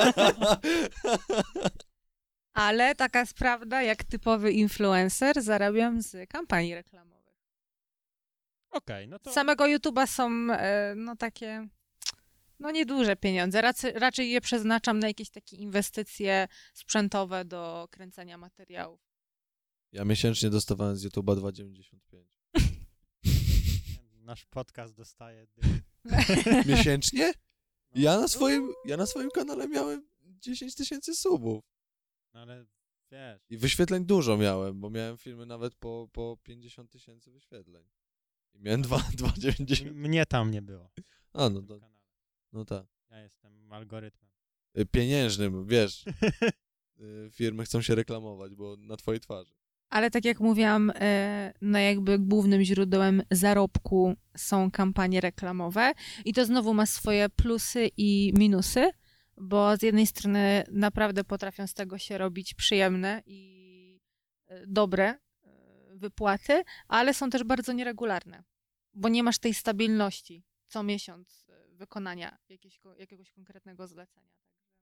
Ale taka jest prawda, jak typowy influencer, zarabiam z kampanii reklamowych. Okej, no to... Z samego YouTube'a są takie nieduże pieniądze. Raczej je przeznaczam na jakieś takie inwestycje sprzętowe do kręcenia materiałów. Ja miesięcznie dostawałem z YouTube'a 2,95. Nasz podcast dostaje... Miesięcznie? Ja na swoim kanale miałem 10 000 subów. No ale wiesz... I wyświetleń dużo miałem, bo miałem filmy nawet po 50 000 wyświetleń. I miałem 2,90. Mnie tam nie było. A, na tym kanale. no tak. Ja jestem algorytmem. Pieniężnym, wiesz. Firmy chcą się reklamować, bo na twojej twarzy. Ale tak jak mówiłam, jakby głównym źródłem zarobku są kampanie reklamowe i to znowu ma swoje plusy i minusy, bo z jednej strony naprawdę potrafią z tego się robić przyjemne i dobre wypłaty, ale są też bardzo nieregularne, bo nie masz tej stabilności co miesiąc wykonania jakiegoś konkretnego zlecenia.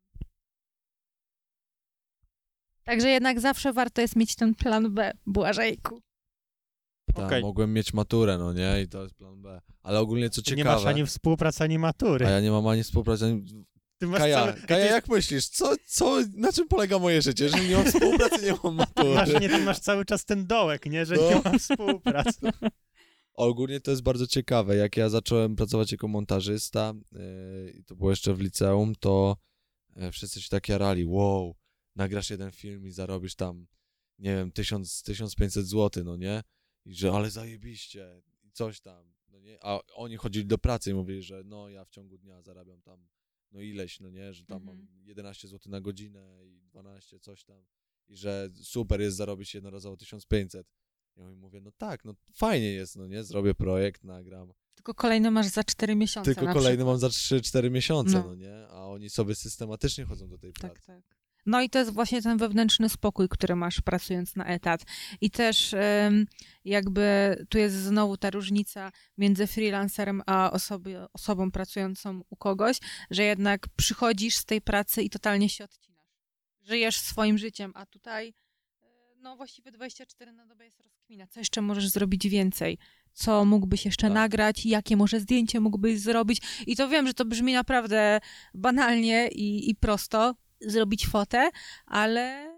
Także jednak zawsze warto jest mieć ten plan B, Błażejku. Tak, Okej. mogłem mieć maturę, no nie? I to jest plan B. Ale ogólnie co Ty ciekawe... nie masz ani współpracy, ani matury. A ja nie mam ani współpracy, ani... Ty masz Kaja, jak myślisz, na czym polega moje życie? Że nie mam współpracy, nie mam matury. Ty masz cały czas ten dołek, nie? Że No. nie ma współpracy. Ogólnie to jest bardzo ciekawe. Jak ja zacząłem pracować jako montażysta i to było jeszcze w liceum, to wszyscy się tak jarali. Wow, nagrasz jeden film i zarobisz tam, nie wiem, 1500 zł, no nie? I że ale zajebiście i coś tam, no nie? A oni chodzili do pracy i mówili, że no ja w ciągu dnia zarabiam tam no ileś, no nie? Że tam mam 11 zł na godzinę i 12 coś tam i że super jest zarobić jednorazowo 1500. Ja im mówię, no tak, no fajnie jest, no nie? Zrobię projekt, nagram. Tylko kolejny masz za 4 miesiące. Tylko na kolejny przykład. mam za 3-4 miesiące, No. no nie? A oni sobie systematycznie chodzą do tej pracy. Tak. No i to jest właśnie ten wewnętrzny spokój, który masz pracując na etat. I też jakby tu jest znowu ta różnica między freelancerem a osobą pracującą u kogoś, że jednak przychodzisz z tej pracy i totalnie się odcinasz. Żyjesz swoim życiem, a tutaj no właściwie 24 na dobę jest rozkmina. Co jeszcze możesz zrobić więcej? Co mógłbyś jeszcze Tak. nagrać? Jakie może zdjęcie mógłbyś zrobić? I to wiem, że to brzmi naprawdę banalnie i prosto, zrobić fotę, ale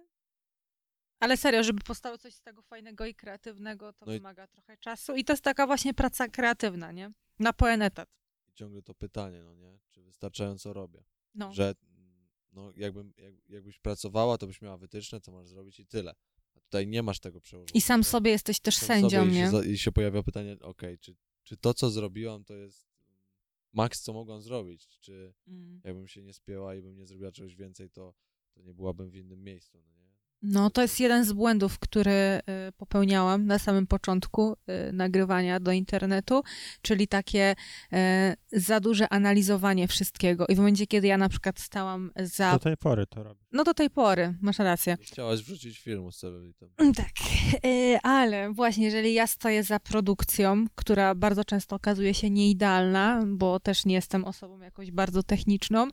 serio, żeby powstało coś z tego fajnego i kreatywnego, to No i- wymaga trochę czasu. I to jest taka właśnie praca kreatywna, nie? Na pełen etat. I ciągle to pytanie, no nie? Czy wystarczająco robię? No. Że no jakbyś pracowała, to byś miała wytyczne, co masz zrobić i tyle. A tutaj nie masz tego przełożenia. I sam sobie jesteś też sędzią, nie? I się pojawia pytanie, okej, czy to, co zrobiłam, to jest maks, co mogłam zrobić? Czy jakbym się nie spięła i bym nie zrobiła czegoś więcej, to nie byłabym w innym miejscu, no nie? No, to jest jeden z błędów, który popełniałam na samym początku nagrywania do internetu, czyli takie za duże analizowanie wszystkiego. I w momencie, kiedy ja na przykład stałam za... Do tej pory to robię. No do tej pory, masz rację. Chciałaś wrzucić filmu z celulitem. Tak, ale właśnie jeżeli ja stoję za produkcją, która bardzo często okazuje się nieidealna, bo też nie jestem osobą jakoś bardzo techniczną,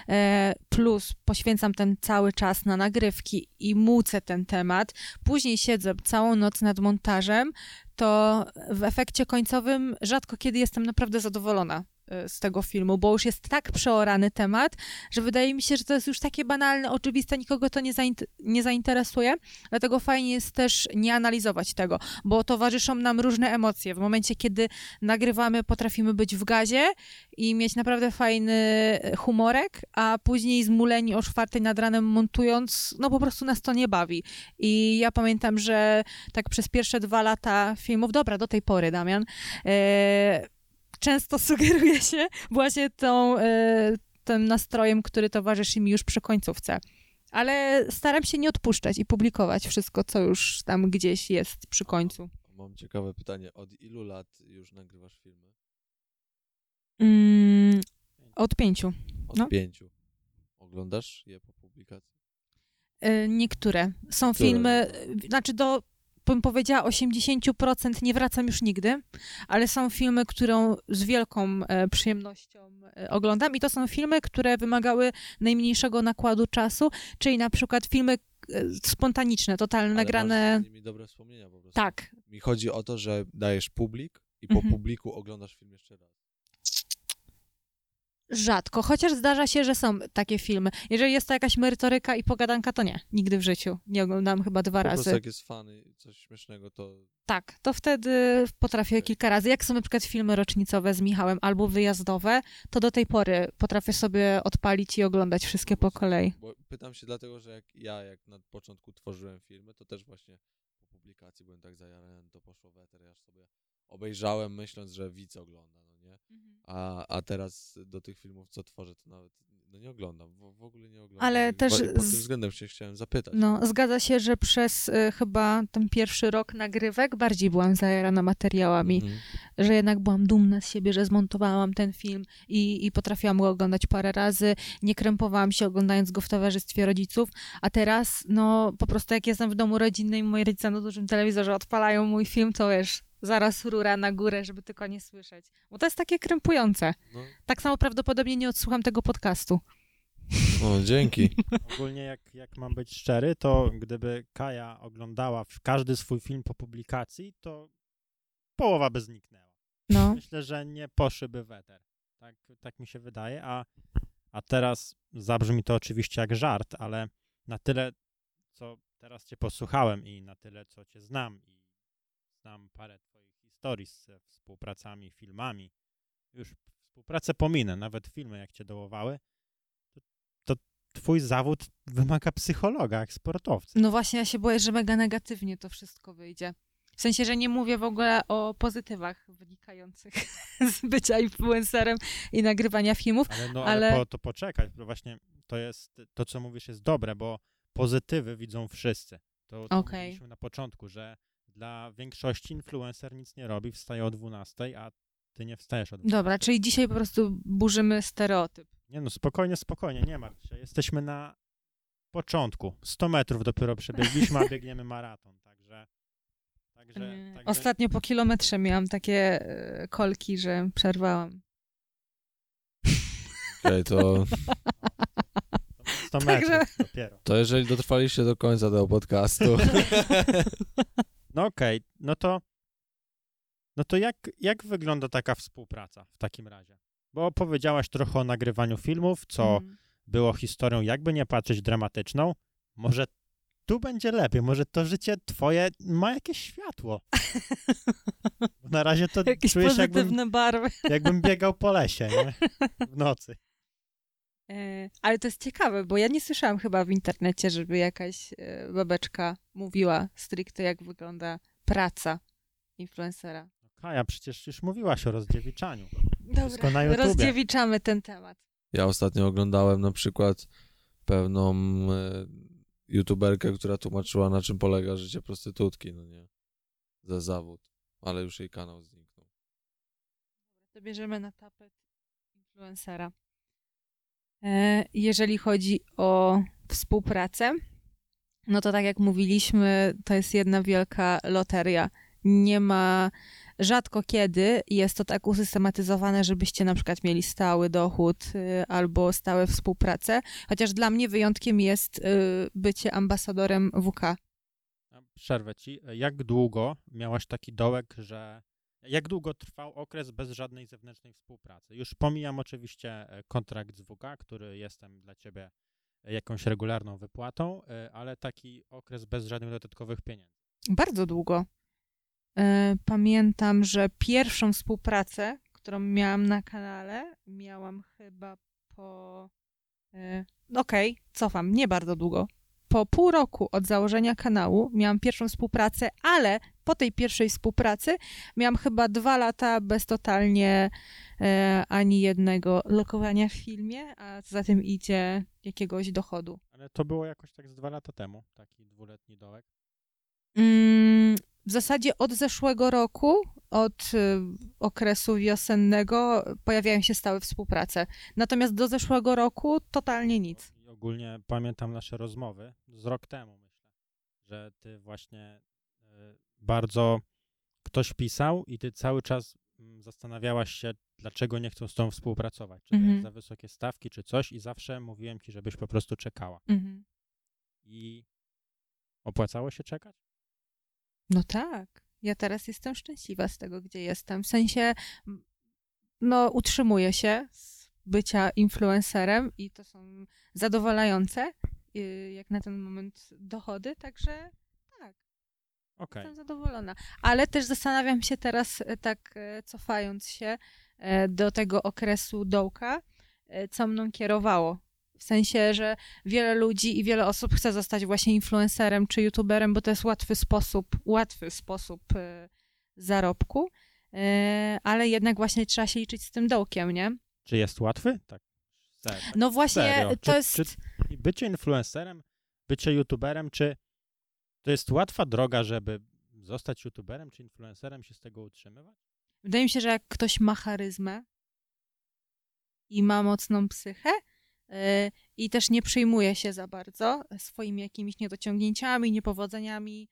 plus poświęcam ten cały czas na nagrywki i mucę ten temat, później siedzę całą noc nad montażem, to w efekcie końcowym rzadko kiedy jestem naprawdę zadowolona. z tego filmu, bo już jest tak przeorany temat, że wydaje mi się, że to jest już takie banalne, oczywiste, nikogo to nie zainteresuje, dlatego fajnie jest też nie analizować tego, bo towarzyszą nam różne emocje. W momencie, kiedy nagrywamy, potrafimy być w gazie i mieć naprawdę fajny humorek, a później zmuleni o 4 nad ranem montując, no po prostu nas to nie bawi. I ja pamiętam, że tak przez pierwsze 2 lata filmów, dobra, do tej pory, Damian, często sugeruje się właśnie tym nastrojem, który towarzyszy mi już przy końcówce. Ale staram się nie odpuszczać i publikować wszystko, co już tam gdzieś jest przy końcu. Mam ciekawe pytanie. Od ilu lat już nagrywasz filmy? Od 5. Od No. 5. Oglądasz je po publikacji? Niektóre. Są Które? filmy, znaczy bym powiedziała 80% nie wracam już nigdy, ale są filmy, które z wielką przyjemnością oglądam i to są filmy, które wymagały najmniejszego nakładu czasu, czyli na przykład filmy spontaniczne, totalnie Ale nagrane. masz z nimi dobre wspomnienia po prostu. Tak. Mi chodzi o to, że dajesz publik i po publiku oglądasz film jeszcze raz. Rzadko, chociaż zdarza się, że są takie filmy. Jeżeli jest to jakaś merytoryka i pogadanka, to nie. Nigdy w życiu. Nie oglądam chyba 2 Po prostu razy. jak jest fan i coś śmiesznego, to... Tak, to wtedy potrafię kilka razy. Jak są na przykład filmy rocznicowe z Michałem albo wyjazdowe, to do tej pory potrafię sobie odpalić i oglądać wszystkie po kolei. Bo pytam się dlatego, że jak na początku tworzyłem filmy, to też właśnie po publikacji byłem tak zajarany, to poszło w eter, ja aż sobie obejrzałem, myśląc, że widz ogląda, no nie? A teraz do tych filmów, co tworzę, to nawet nie oglądam, w ogóle nie oglądam. Ale też Pod tym względem się chciałem zapytać. No, zgadza się, że przez chyba ten pierwszy rok nagrywek bardziej byłam zajarana materiałami, że jednak byłam dumna z siebie, że zmontowałam ten film i potrafiłam go oglądać parę razy, nie krępowałam się oglądając go w towarzystwie rodziców, a teraz, no, po prostu jak jestem w domu rodzinnym i moi rodzice na dużym telewizorze odpalają mój film, to wiesz, zaraz rura na górę, żeby tylko nie słyszeć. Bo to jest takie krępujące. No. Tak samo prawdopodobnie nie odsłucham tego podcastu. O, dzięki. Ogólnie jak mam być szczery, to gdyby Kaja oglądała każdy swój film po publikacji, to połowa by zniknęła. No. Myślę, że nie poszłyby w eter. Tak mi się wydaje, a teraz zabrzmi to oczywiście jak żart, ale na tyle, co teraz cię posłuchałem i na tyle, co cię znam i znam parę twoich historii ze współpracami, filmami, już współpracę pominę, nawet filmy jak cię dołowały, to twój zawód wymaga psychologa, jak sportowca. No właśnie, ja się boję, że mega negatywnie to wszystko wyjdzie. W sensie, że nie mówię w ogóle o pozytywach wynikających z bycia influencerem i nagrywania filmów. Ale to poczekaj, bo właśnie to jest, to co mówisz jest dobre, bo pozytywy widzą wszyscy. To mówiliśmy na początku, że dla większości influencer nic nie robi, wstaje o 12, a ty nie wstajesz o 12. Dobra, czyli dzisiaj po prostu burzymy stereotyp. Nie no, spokojnie, nie martw się. Jesteśmy na początku. 100 metrów dopiero przebiegliśmy, a biegniemy maraton, także... Ostatnio po kilometrze miałam takie kolki, że przerwałam. Okej, to 100 metrów dopiero. To jeżeli dotrwaliście do końca tego podcastu... No okej, no to jak wygląda taka współpraca w takim razie? Bo opowiedziałaś trochę o nagrywaniu filmów, co było historią, jakby nie patrzeć, dramatyczną. Może tu będzie lepiej, może to życie twoje ma jakieś światło. Bo na razie to jakieś czujesz, pozytywne barwy. jakbym biegał po lesie, nie? W nocy. Ale to jest ciekawe, bo ja nie słyszałam chyba w internecie, żeby jakaś babeczka mówiła stricte, jak wygląda praca influencera. Kaja, przecież już mówiłaś o rozdziewiczaniu. Wszystko na Dobra, YouTubie. rozdziewiczamy ten temat. Ja ostatnio oglądałem na przykład pewną youtuberkę, która tłumaczyła, na czym polega życie prostytutki, no nie? Za zawód. Ale już jej kanał zniknął. To bierzemy na tapet influencera. Jeżeli chodzi o współpracę, no to tak jak mówiliśmy, to jest jedna wielka loteria. Nie ma, rzadko kiedy jest to tak usystematyzowane, żebyście na przykład mieli stały dochód albo stałe współpracę, chociaż dla mnie wyjątkiem jest bycie ambasadorem WK. Przerwę ci. Jak długo miałaś taki dołek, że Jak długo trwał okres bez żadnej zewnętrznej współpracy? Już pomijam oczywiście kontrakt z WK, który jestem dla ciebie jakąś regularną wypłatą, ale taki okres bez żadnych dodatkowych pieniędzy. Bardzo długo. Pamiętam, że pierwszą współpracę, którą miałam na kanale, miałam chyba po... cofam, nie bardzo długo. Po pół roku od założenia kanału miałam pierwszą współpracę, ale po tej pierwszej współpracy miałam chyba 2 lata bez totalnie ani jednego lokowania w filmie, a za tym idzie jakiegoś dochodu. Ale to było jakoś tak z 2 lata temu, taki 2-letni dołek. W zasadzie od zeszłego roku, od okresu wiosennego pojawiają się stałe współprace. Natomiast do zeszłego roku totalnie nic. I ogólnie pamiętam nasze rozmowy z rok temu, myślę, że ty właśnie bardzo ktoś pisał i ty cały czas zastanawiałaś się, dlaczego nie chcą z tobą współpracować. Czy to jest za wysokie stawki, czy coś i zawsze mówiłem ci, żebyś po prostu czekała. I opłacało się czekać? No tak. Ja teraz jestem szczęśliwa z tego, gdzie jestem. W sensie, no utrzymuję się z bycia influencerem i to są zadowalające, jak na ten moment dochody, także tak. Okej. Jestem zadowolona. Ale też zastanawiam się teraz, tak cofając się do tego okresu dołka, co mną kierowało. W sensie, że wiele ludzi i wiele osób chce zostać właśnie influencerem czy youtuberem, bo to jest łatwy sposób zarobku, ale jednak właśnie trzeba się liczyć z tym dołkiem, nie? Czy jest łatwy? Tak. No właśnie, Serio. to jest... Czy bycie influencerem, bycie youtuberem, czy to jest łatwa droga, żeby zostać youtuberem czy influencerem, się z tego utrzymywać? Wydaje mi się, że jak ktoś ma charyzmę i ma mocną psychę i też nie przejmuje się za bardzo swoimi jakimiś niedociągnięciami, niepowodzeniami,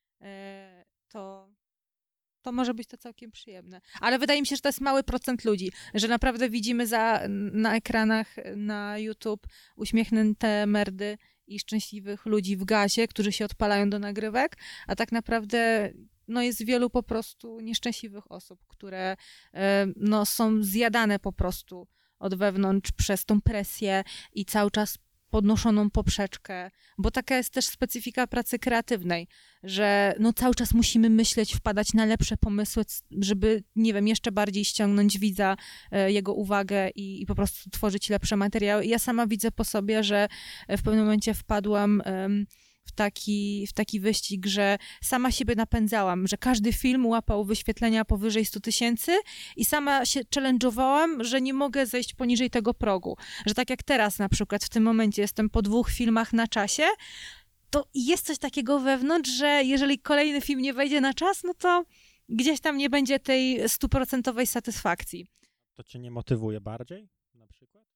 to może być to całkiem przyjemne. Ale wydaje mi się, że to jest mały procent ludzi, że naprawdę widzimy na ekranach na YouTube uśmiechnięte merdy i szczęśliwych ludzi w gazie, którzy się odpalają do nagrywek, a tak naprawdę no, jest wielu po prostu nieszczęśliwych osób, które no, są zjadane po prostu od wewnątrz przez tą presję i cały czas podnoszoną poprzeczkę, bo taka jest też specyfika pracy kreatywnej, że no cały czas musimy myśleć, wpadać na lepsze pomysły, żeby, nie wiem, jeszcze bardziej ściągnąć widza, jego uwagę i po prostu tworzyć lepsze materiały. I ja sama widzę po sobie, że w pewnym momencie wpadłam w taki wyścig, że sama siebie napędzałam, że każdy film łapał wyświetlenia powyżej 100 000 i sama się challenge'owałam, że nie mogę zejść poniżej tego progu. Że tak jak teraz na przykład w tym momencie jestem po 2 filmach na czasie, to jest coś takiego wewnątrz, że jeżeli kolejny film nie wejdzie na czas, no to gdzieś tam nie będzie tej 100% satysfakcji. To cię nie motywuje bardziej na przykład?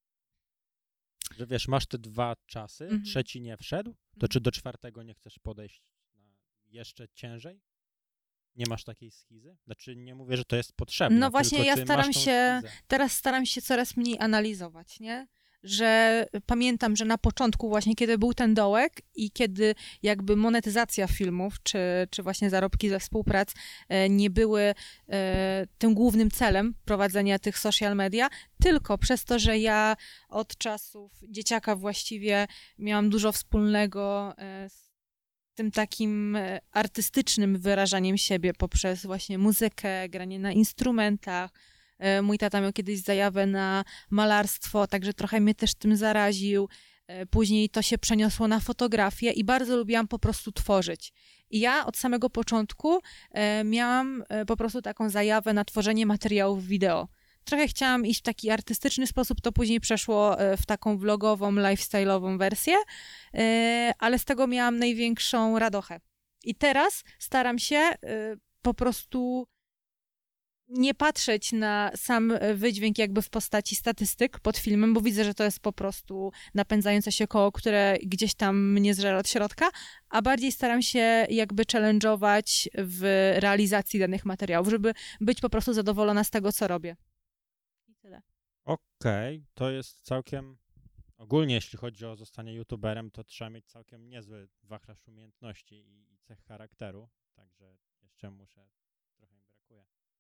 Że wiesz, masz te 2 czasy, trzeci nie wszedł, to czy do 4 nie chcesz podejść na jeszcze ciężej? Nie masz takiej schizy? Znaczy nie mówię, że to jest potrzebne. No właśnie, tylko, ja teraz staram się coraz mniej analizować, nie? Że pamiętam, że na początku właśnie, kiedy był ten dołek i kiedy jakby monetyzacja filmów, czy właśnie zarobki ze współprac nie były tym głównym celem prowadzenia tych social media, tylko przez to, że ja od czasów dzieciaka właściwie miałam dużo wspólnego z tym takim artystycznym wyrażaniem siebie poprzez właśnie muzykę, granie na instrumentach. Mój tata miał kiedyś zajawę na malarstwo, także trochę mnie też tym zaraził. Później to się przeniosło na fotografię i bardzo lubiłam po prostu tworzyć. I ja od samego początku miałam po prostu taką zajawę na tworzenie materiałów wideo. Trochę chciałam iść w taki artystyczny sposób, to później przeszło w taką vlogową, lifestyle'ową wersję, ale z tego miałam największą radochę. I teraz staram się po prostu nie patrzeć na sam wydźwięk jakby w postaci statystyk pod filmem, bo widzę, że to jest po prostu napędzające się koło, które gdzieś tam mnie zżera od środka, a bardziej staram się jakby challenge'ować w realizacji danych materiałów, żeby być po prostu zadowolona z tego, co robię. I tyle. Okej, to jest całkiem... Ogólnie jeśli chodzi o zostanie youtuberem, to trzeba mieć całkiem niezły wachlarz umiejętności i cech charakteru, także jeszcze trochę mi brakuje.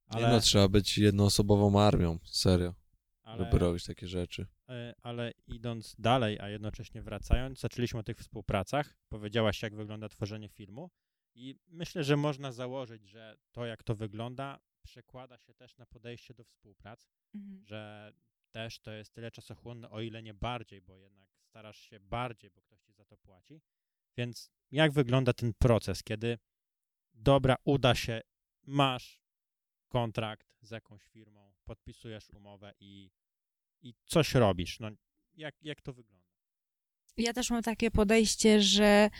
Ale, No, trzeba być jednoosobową armią, serio, ale, żeby robić takie rzeczy. ale idąc dalej, a jednocześnie wracając, zaczęliśmy o tych współpracach. Powiedziałaś, jak wygląda tworzenie filmu i myślę, że można założyć, że to, jak to wygląda, przekłada się też na podejście do współprac, że też to jest tyle czasochłonne, o ile nie bardziej, bo jednak starasz się bardziej, bo ktoś ci za to płaci. Więc jak wygląda ten proces, kiedy dobra, uda się, masz kontrakt z jakąś firmą, podpisujesz umowę i coś robisz. No, jak to wygląda? Ja też mam takie podejście, że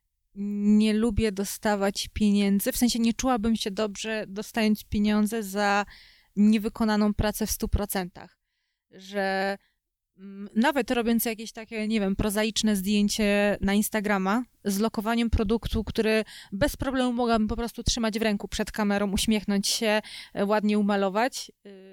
nie lubię dostawać pieniędzy, w sensie nie czułabym się dobrze dostając pieniądze za niewykonaną pracę w 100%. Że nawet robiąc jakieś takie, nie wiem, prozaiczne zdjęcie na Instagrama z lokowaniem produktu, który bez problemu mogłabym po prostu trzymać w ręku przed kamerą, uśmiechnąć się, ładnie umalować,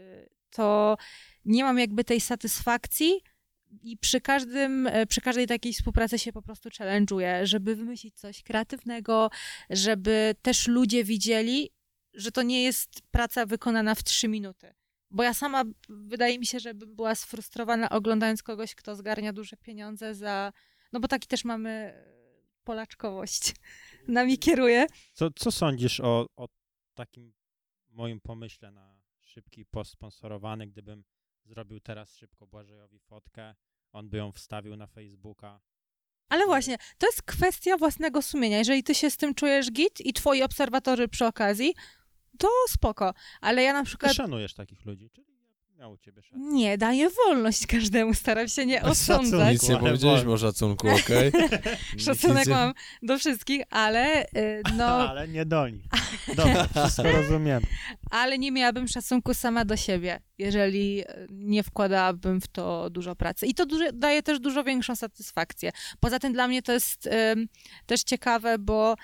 to nie mam jakby tej satysfakcji i przy każdej takiej współpracy się po prostu challenge'uję, żeby wymyślić coś kreatywnego, żeby też ludzie widzieli, że to nie jest praca wykonana w 3 minuty. Bo ja sama, wydaje mi się, że bym była sfrustrowana oglądając kogoś, kto zgarnia duże pieniądze za... No bo taki też mamy polaczkowość. Nami kieruje. Co sądzisz o takim moim pomyśle na szybki post sponsorowany, gdybym zrobił teraz szybko Błażejowi fotkę, on by ją wstawił na Facebooka? Ale właśnie, to jest kwestia własnego sumienia. Jeżeli ty się z tym czujesz git i twoi obserwatorzy przy okazji, to spoko. Ale ja na Ty przykład... szanujesz takich ludzi, czyli ja u ciebie szanuję. Nie, daję wolność każdemu, staram się nie Bez szacunku. osądzać. Nic nie ale powiedzieliśmy wolno. o szacunku, okej? Szacunek Nic nie- mam do wszystkich, ale no, Ale nie do nich. Dobra, wszystko rozumiem. ale nie miałabym szacunku sama do siebie, jeżeli nie wkładałabym w to dużo pracy. I to daje też dużo większą satysfakcję. Poza tym dla mnie to jest też ciekawe, bo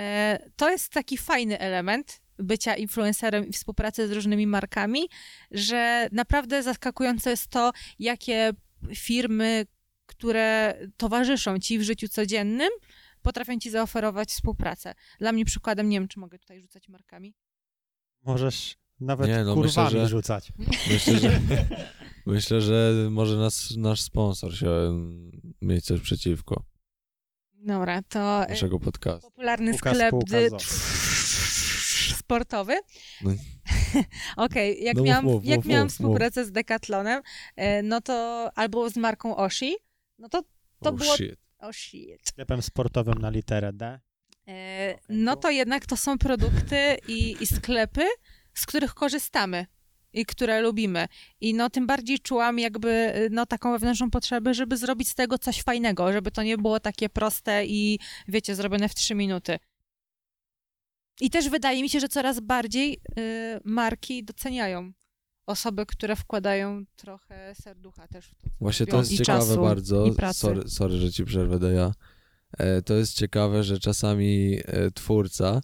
to jest taki fajny element bycia influencerem i współpracy z różnymi markami, że naprawdę zaskakujące jest to, jakie firmy, które towarzyszą ci w życiu codziennym, potrafią ci zaoferować współpracę. Dla mnie przykładem, nie wiem, czy mogę tutaj rzucać markami. Możesz nawet Nie, no kurwami myślę, że- rzucać. Myślę, że może nasz sponsor się mieć coś przeciwko Dobra, to naszego podcastu. popularny Łukasz sklep Półkazowy. sportowy. No. Okej, jak No miałam, mów, jak mów, miałam mów, współpracę z Decathlonem, no to albo z marką Oshi, no to Oh, było... shit. Oh shit. Sklepem sportowym na literę D. No to jednak to są produkty i sklepy, z których korzystamy i które lubimy. I no tym bardziej czułam jakby no taką wewnętrzną potrzebę, żeby zrobić z tego coś fajnego, żeby to nie było takie proste i wiecie, zrobione w 3 minuty. I też wydaje mi się, że coraz bardziej marki doceniają osoby, które wkładają trochę serducha też w to, co Właśnie to robią, jest i ciekawe czasu, bardzo. i pracy. Sorry, że ci przerwę, Deja. To jest ciekawe, że czasami twórca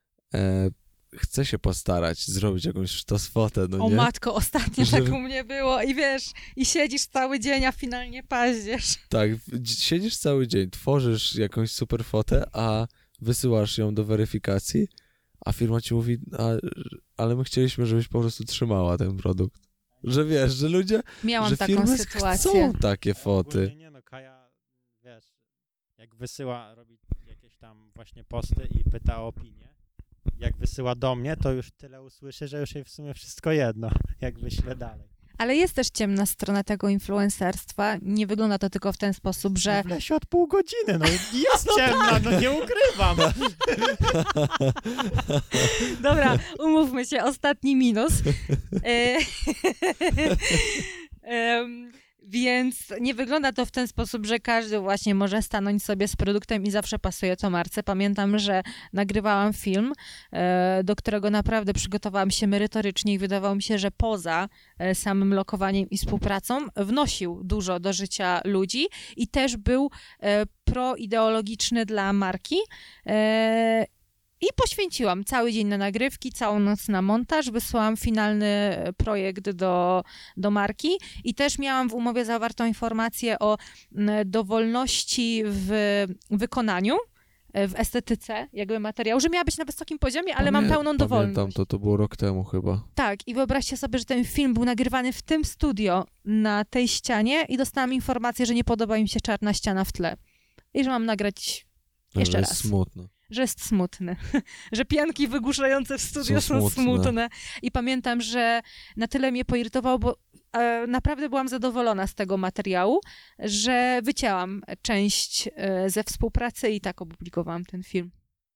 chce się postarać, zrobić jakąś sztosfotę, no O nie? matko, ostatnio Że- tak u mnie było i wiesz, i siedzisz cały dzień, a finalnie paździesz. Tak, siedzisz cały dzień, tworzysz jakąś super fotę, a wysyłasz ją do weryfikacji, a firma ci mówi, ale my chcieliśmy, żebyś po prostu trzymała ten produkt. Że wiesz, że ludzie, Miałam że taką firmy sytuację. chcą takie foty. Ogólnie nie no, Kaja, wiesz, jak wysyła, robi jakieś tam właśnie posty i pyta o opinię, jak wysyła do mnie, to już tyle usłyszy, że już jej w sumie wszystko jedno, jak wyślę dalej. Ale jest też ciemna strona tego influencerstwa. Nie wygląda to tylko w ten sposób, że W lesie od pół godziny, no jest ciemna, no nie ukrywam. dobra, umówmy się, ostatni minus. Więc nie wygląda to w ten sposób, że każdy właśnie może stanąć sobie z produktem i zawsze pasuje to marce. Pamiętam, że nagrywałam film, do którego naprawdę przygotowałam się merytorycznie i wydawało mi się, że poza samym lokowaniem i współpracą wnosił dużo do życia ludzi i też był proideologiczny dla marki. I poświęciłam cały dzień na nagrywki, całą noc na montaż, wysłałam finalny projekt do marki i też miałam w umowie zawartą informację o dowolności w wykonaniu w estetyce jakby materiału, że miała być na wysokim poziomie, ale mam pełną dowolność. Pamiętam, to było rok temu chyba. Tak, i wyobraźcie sobie, że ten film był nagrywany w tym studio, na tej ścianie i dostałam informację, że nie podoba mi się czarna ściana w tle. I że mam nagrać jeszcze Że raz. jest smutno. Że jest smutny. Że pianki wygłuszające w studio Są są smutne. smutne. I pamiętam, że na tyle mnie poirytowało, bo naprawdę byłam zadowolona z tego materiału, że wycięłam część ze współpracy i tak opublikowałam ten film.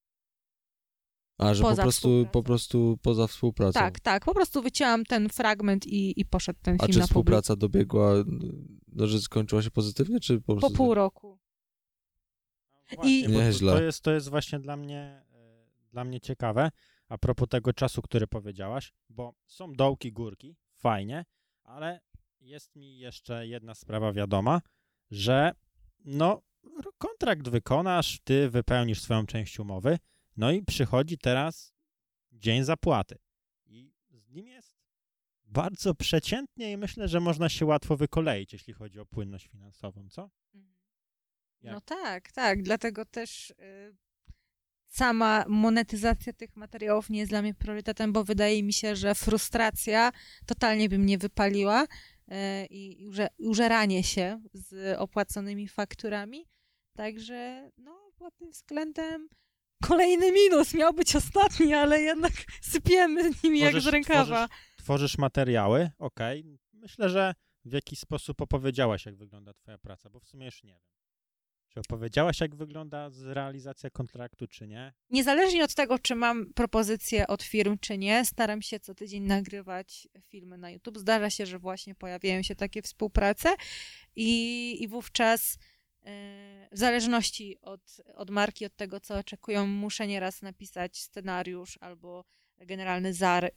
A, że Poza po prostu poza współpracą. Tak, po prostu wycięłam ten fragment i poszedł ten A film czy na publik. współpraca dobiegła, no, że skończyła się pozytywnie, czy po Po prostu... pół roku. Właśnie, bo Nieźle. to jest właśnie dla mnie ciekawe, a propos tego czasu, który powiedziałaś, bo są dołki, górki, fajnie, ale jest mi jeszcze jedna sprawa wiadoma, że no kontrakt wykonasz, ty wypełnisz swoją część umowy, no i przychodzi teraz dzień zapłaty. I z nim jest bardzo przeciętnie i myślę, że można się łatwo wykoleić, jeśli chodzi o płynność finansową, co? Jak? No tak, dlatego też sama monetyzacja tych materiałów nie jest dla mnie priorytetem, bo wydaje mi się, że frustracja totalnie by mnie wypaliła i użeranie się z opłaconymi fakturami. Także no, pod tym względem kolejny minus. Miał być ostatni, ale jednak sypiemy nimi jak z rękawa. Tworzysz materiały, okej. Myślę, że w jakiś sposób opowiedziałaś, jak wygląda twoja praca, bo w sumie już nie wiem. Czy opowiedziałaś, jak wygląda realizacja kontraktu, czy nie? Niezależnie od tego, czy mam propozycje od firm, czy nie, staram się co tydzień nagrywać filmy na YouTube. Zdarza się, że właśnie pojawiają się takie współprace i wówczas w zależności od marki, od tego, co oczekują, muszę nieraz napisać scenariusz albo generalny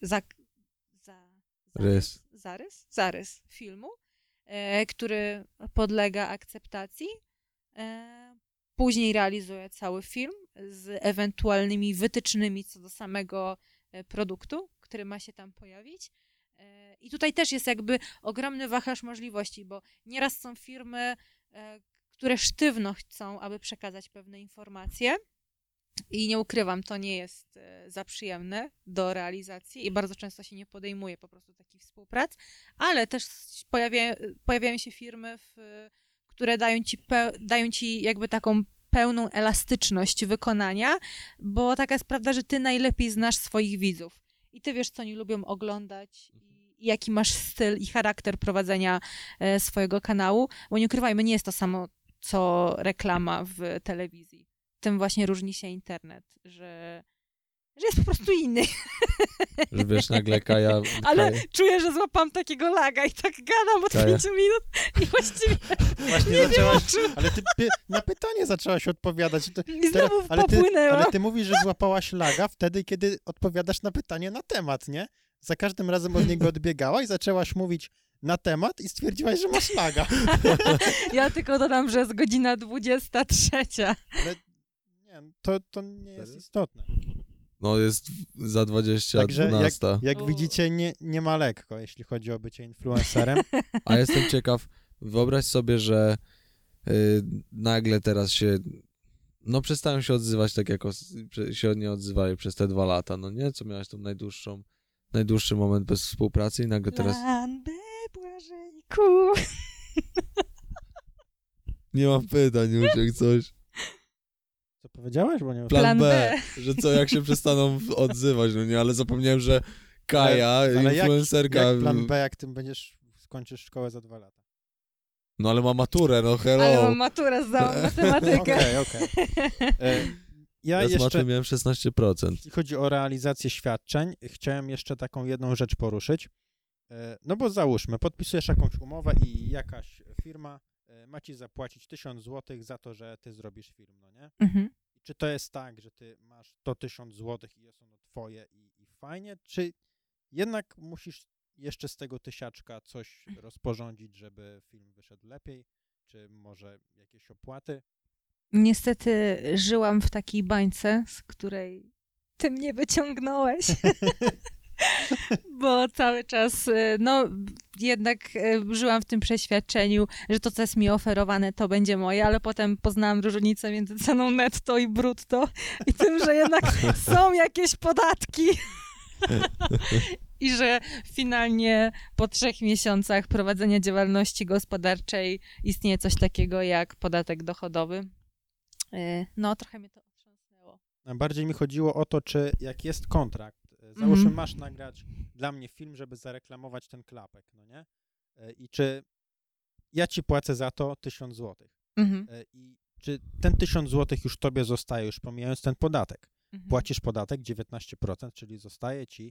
zarys filmu, który podlega akceptacji. Później realizuję cały film z ewentualnymi wytycznymi co do samego produktu, który ma się tam pojawić. I tutaj też jest jakby ogromny wachlarz możliwości, bo nieraz są firmy, które sztywno chcą, aby przekazać pewne informacje i nie ukrywam, to nie jest za przyjemne do realizacji i bardzo często się nie podejmuje po prostu takich współprac, ale też pojawiają się firmy, które dają ci jakby taką pełną elastyczność wykonania, bo taka jest prawda, że ty najlepiej znasz swoich widzów i ty wiesz, co oni lubią oglądać i jaki masz styl i charakter prowadzenia swojego kanału, bo nie ukrywajmy, nie jest to samo, co reklama w telewizji. Tym właśnie różni się internet, że jest po prostu inny. Że wiesz, nagle Kaja... Ale czuję, że złapam takiego laga i tak gadam od 5 minut i właściwie Właśnie nie zaczęłaś, wiem, ale ty na pytanie zaczęłaś odpowiadać. I znowu popłynęłam. Ale ty mówisz, że złapałaś laga wtedy, kiedy odpowiadasz na pytanie na temat, nie? Za każdym razem od niego odbiegałaś, zaczęłaś mówić na temat i stwierdziłaś, że masz laga. Ja tylko dodam, że jest godzina 23. Ale nie, to nie jest istotne. No jest za 20, Także 12. jak widzicie, nie ma lekko, jeśli chodzi o bycie influencerem. A jestem ciekaw, wyobraź sobie, że nagle teraz się, no przestają się odzywać tak, jak się nie odzywali przez te 2 lata, no nie? Co miałeś tą najdłuższy moment bez współpracy i nagle teraz... Plan B, Błażejku. Nie mam pytań już, jak coś. Co powiedziałeś? Bo nie Plan B, że co, jak się przestaną odzywać, no nie? Ale zapomniałem, że Kaja, ale influencerka... Jak plan B, jak ty skończysz szkołę za 2 lata? No ale ma maturę, no hello. Ale mam maturę, zdałam matematykę. Okej. Ja z maty jeszcze, miałem 16%. jeśli chodzi o realizację świadczeń, chciałem jeszcze taką jedną rzecz poruszyć. No bo załóżmy, podpisujesz jakąś umowę i jakaś firma ma ci zapłacić 1000 zł za to, że ty zrobisz film, no nie? Mhm. Czy to jest tak, że ty masz to 1000 zł i jest ono twoje i fajnie, czy jednak musisz jeszcze z tego tysiaczka coś rozporządzić, żeby film wyszedł lepiej, czy może jakieś opłaty? Niestety żyłam w takiej bańce, z której ty mnie wyciągnąłeś. Bo cały czas, no jednak żyłam w tym przeświadczeniu, że to, co jest mi oferowane, to będzie moje, ale potem poznałam różnicę między ceną netto i brutto i tym, że jednak są jakieś podatki. I że finalnie po 3 miesiącach prowadzenia działalności gospodarczej istnieje coś takiego jak podatek dochodowy. No, trochę mnie to otrząsnęło. Bardziej mi chodziło o to, czy jak jest kontrakt, załóżmy masz nagrać dla mnie film, żeby zareklamować ten klapek, no nie? I czy ja ci płacę za to 1000 zł. I czy ten 1000 zł już tobie zostaje, już pomijając ten podatek. Płacisz podatek 19%, czyli zostaje ci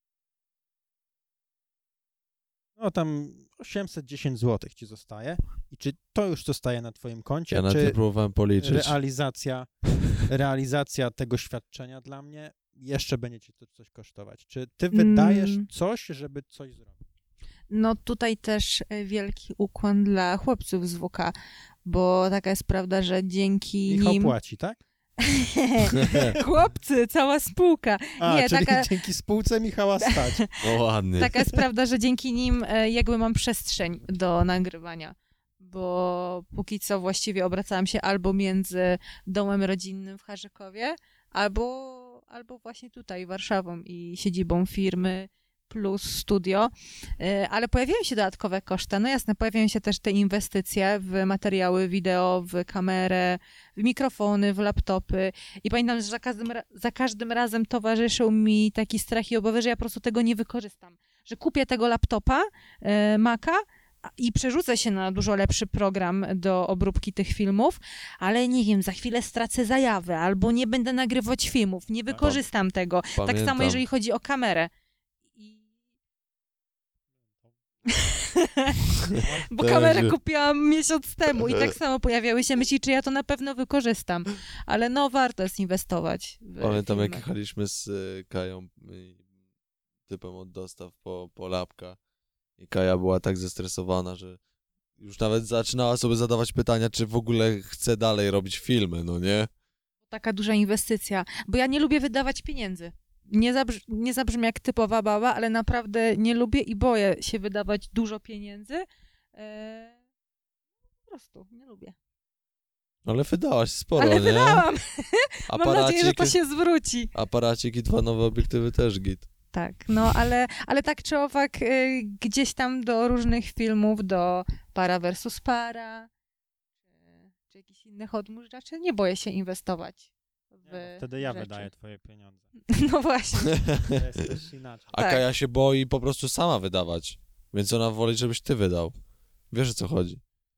no tam 810 zł ci zostaje. I czy to już zostaje na twoim koncie, Ja na czy tym próbowałem policzyć. realizacja tego świadczenia dla mnie jeszcze będzie ci to coś kosztować? Czy ty wydajesz coś, żeby coś zrobić? No tutaj też wielki ukłon dla chłopców z WK, bo taka jest prawda, że dzięki Michał nim... płaci, tak? Chłopcy, cała spółka. Nie, czyli taka... dzięki spółce Michała stać. O, ładnie. Taka jest prawda, że dzięki nim jakby mam przestrzeń do nagrywania, bo póki co właściwie obracałam się albo między domem rodzinnym w Harzykowie, albo właśnie tutaj Warszawą i siedzibą firmy plus studio, ale pojawiają się dodatkowe koszty. No jasne, pojawiają się też te inwestycje w materiały wideo, w kamerę, w mikrofony, w laptopy i pamiętam, że za każdym razem towarzyszył mi taki strach i obawy, że ja po prostu tego nie wykorzystam. Że kupię tego laptopa, Maca i przerzucę się na dużo lepszy program do obróbki tych filmów, ale nie wiem, za chwilę stracę zajawę albo nie będę nagrywać filmów, nie wykorzystam tego. Pamiętam. Tak samo jeżeli chodzi o kamerę. Bo kamerę kupiłam miesiąc temu i tak samo pojawiały się myśli, czy ja to na pewno wykorzystam. Ale no, warto jest inwestować w Pamiętam, filmy. jak jechaliśmy z Kają typem od dostaw po lapka i Kaja była tak zestresowana, że już nawet zaczynała sobie zadawać pytania, czy w ogóle chce dalej robić filmy, no nie? Taka duża inwestycja, bo ja nie lubię wydawać pieniędzy. Nie zabrzmi jak typowa baba, ale naprawdę nie lubię i boję się wydawać dużo pieniędzy. Po prostu nie lubię. Ale wydałaś sporo, Ale nie? wydałam! Mam nadzieję, że to się zwróci. Aparacik i 2 nowe obiektywy też git. Tak, no ale tak czy owak gdzieś tam do różnych filmów, do Para versus Para, czy jakichś innych odmurzaczy, nie boję się inwestować. Wtedy ja rzeczy. wydaję twoje pieniądze. No właśnie. To jest też inaczej. A Tak. Kaja się boi po prostu sama wydawać, więc ona woli, żebyś ty wydał. Wiesz, o co chodzi.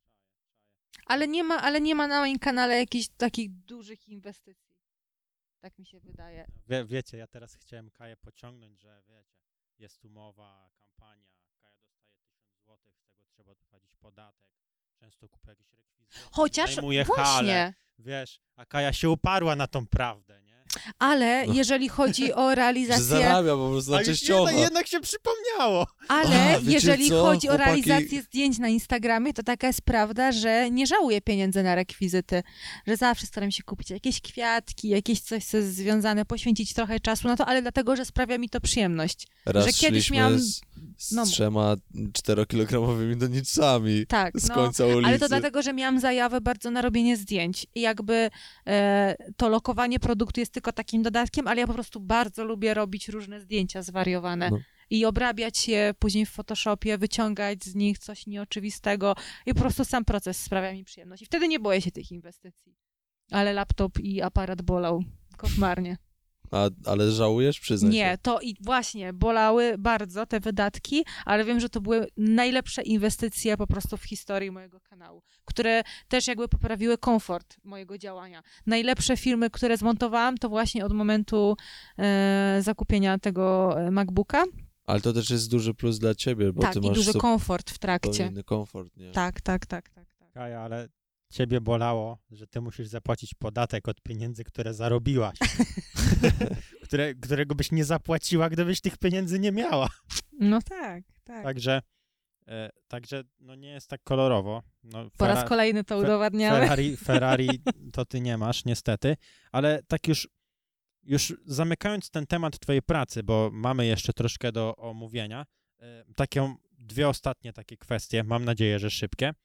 Ale nie ma na moim kanale jakichś takich dużych inwestycji. Tak mi się wydaje. Wiecie, ja teraz chciałem Kaję pociągnąć, że wiecie, jest umowa, kampania, Kaja dostaje 1000 zł, z tego trzeba odprowadzić podatek, często kupuje jakieś rekwizyty, Chociaż zajmuje właśnie, halę, wiesz, a Kaja się uparła na tą prawdę, nie? ale No. jeżeli chodzi o Że realizację... zarabia po prostu na A czyściowo. jednak się przypomniało. Ale wiecie jeżeli co, chodzi o chłopaki? realizację zdjęć na Instagramie, to taka jest prawda, że nie żałuję pieniędzy na rekwizyty, że zawsze staram się kupić jakieś kwiatki, jakieś coś, co jest związane, poświęcić trochę czasu na to, ale dlatego, że sprawia mi to przyjemność. Raz że kiedyś szliśmy miałam- z no. 3 4-kilogramowymi doniczkami Tak, z no, końca ulicy. ale to dlatego, że miałam zajawę bardzo na robienie zdjęć i jakby to lokowanie produktu jest tylko takim dodatkiem, ale ja po prostu bardzo lubię robić różne zdjęcia zwariowane. No. I obrabiać je później w Photoshopie, wyciągać z nich coś nieoczywistego i po prostu sam proces sprawia mi przyjemność. I wtedy nie boję się tych inwestycji. Ale laptop i aparat bolał koszmarnie. Ale żałujesz? Przyznaj się. Nie, to i właśnie bolały bardzo te wydatki, ale wiem, że to były najlepsze inwestycje po prostu w historii mojego kanału, które też jakby poprawiły komfort mojego działania. Najlepsze filmy, które zmontowałam, to właśnie od momentu zakupienia tego MacBooka. Ale to też jest duży plus dla ciebie, bo Tak, ty i masz duży super komfort w trakcie. inny komfort, nie? Tak. Kaja, ale ciebie bolało, że ty musisz zapłacić podatek od pieniędzy, które zarobiłaś. którego byś nie zapłaciła, gdybyś tych pieniędzy nie miała. No tak. Także no nie jest tak kolorowo. No, Po raz kolejny to udowadniamy. Ferrari to ty nie masz, niestety. Ale tak już już zamykając ten temat twojej pracy, bo mamy jeszcze troszkę do omówienia, takie 2 ostatnie takie kwestie, mam nadzieję, że szybkie,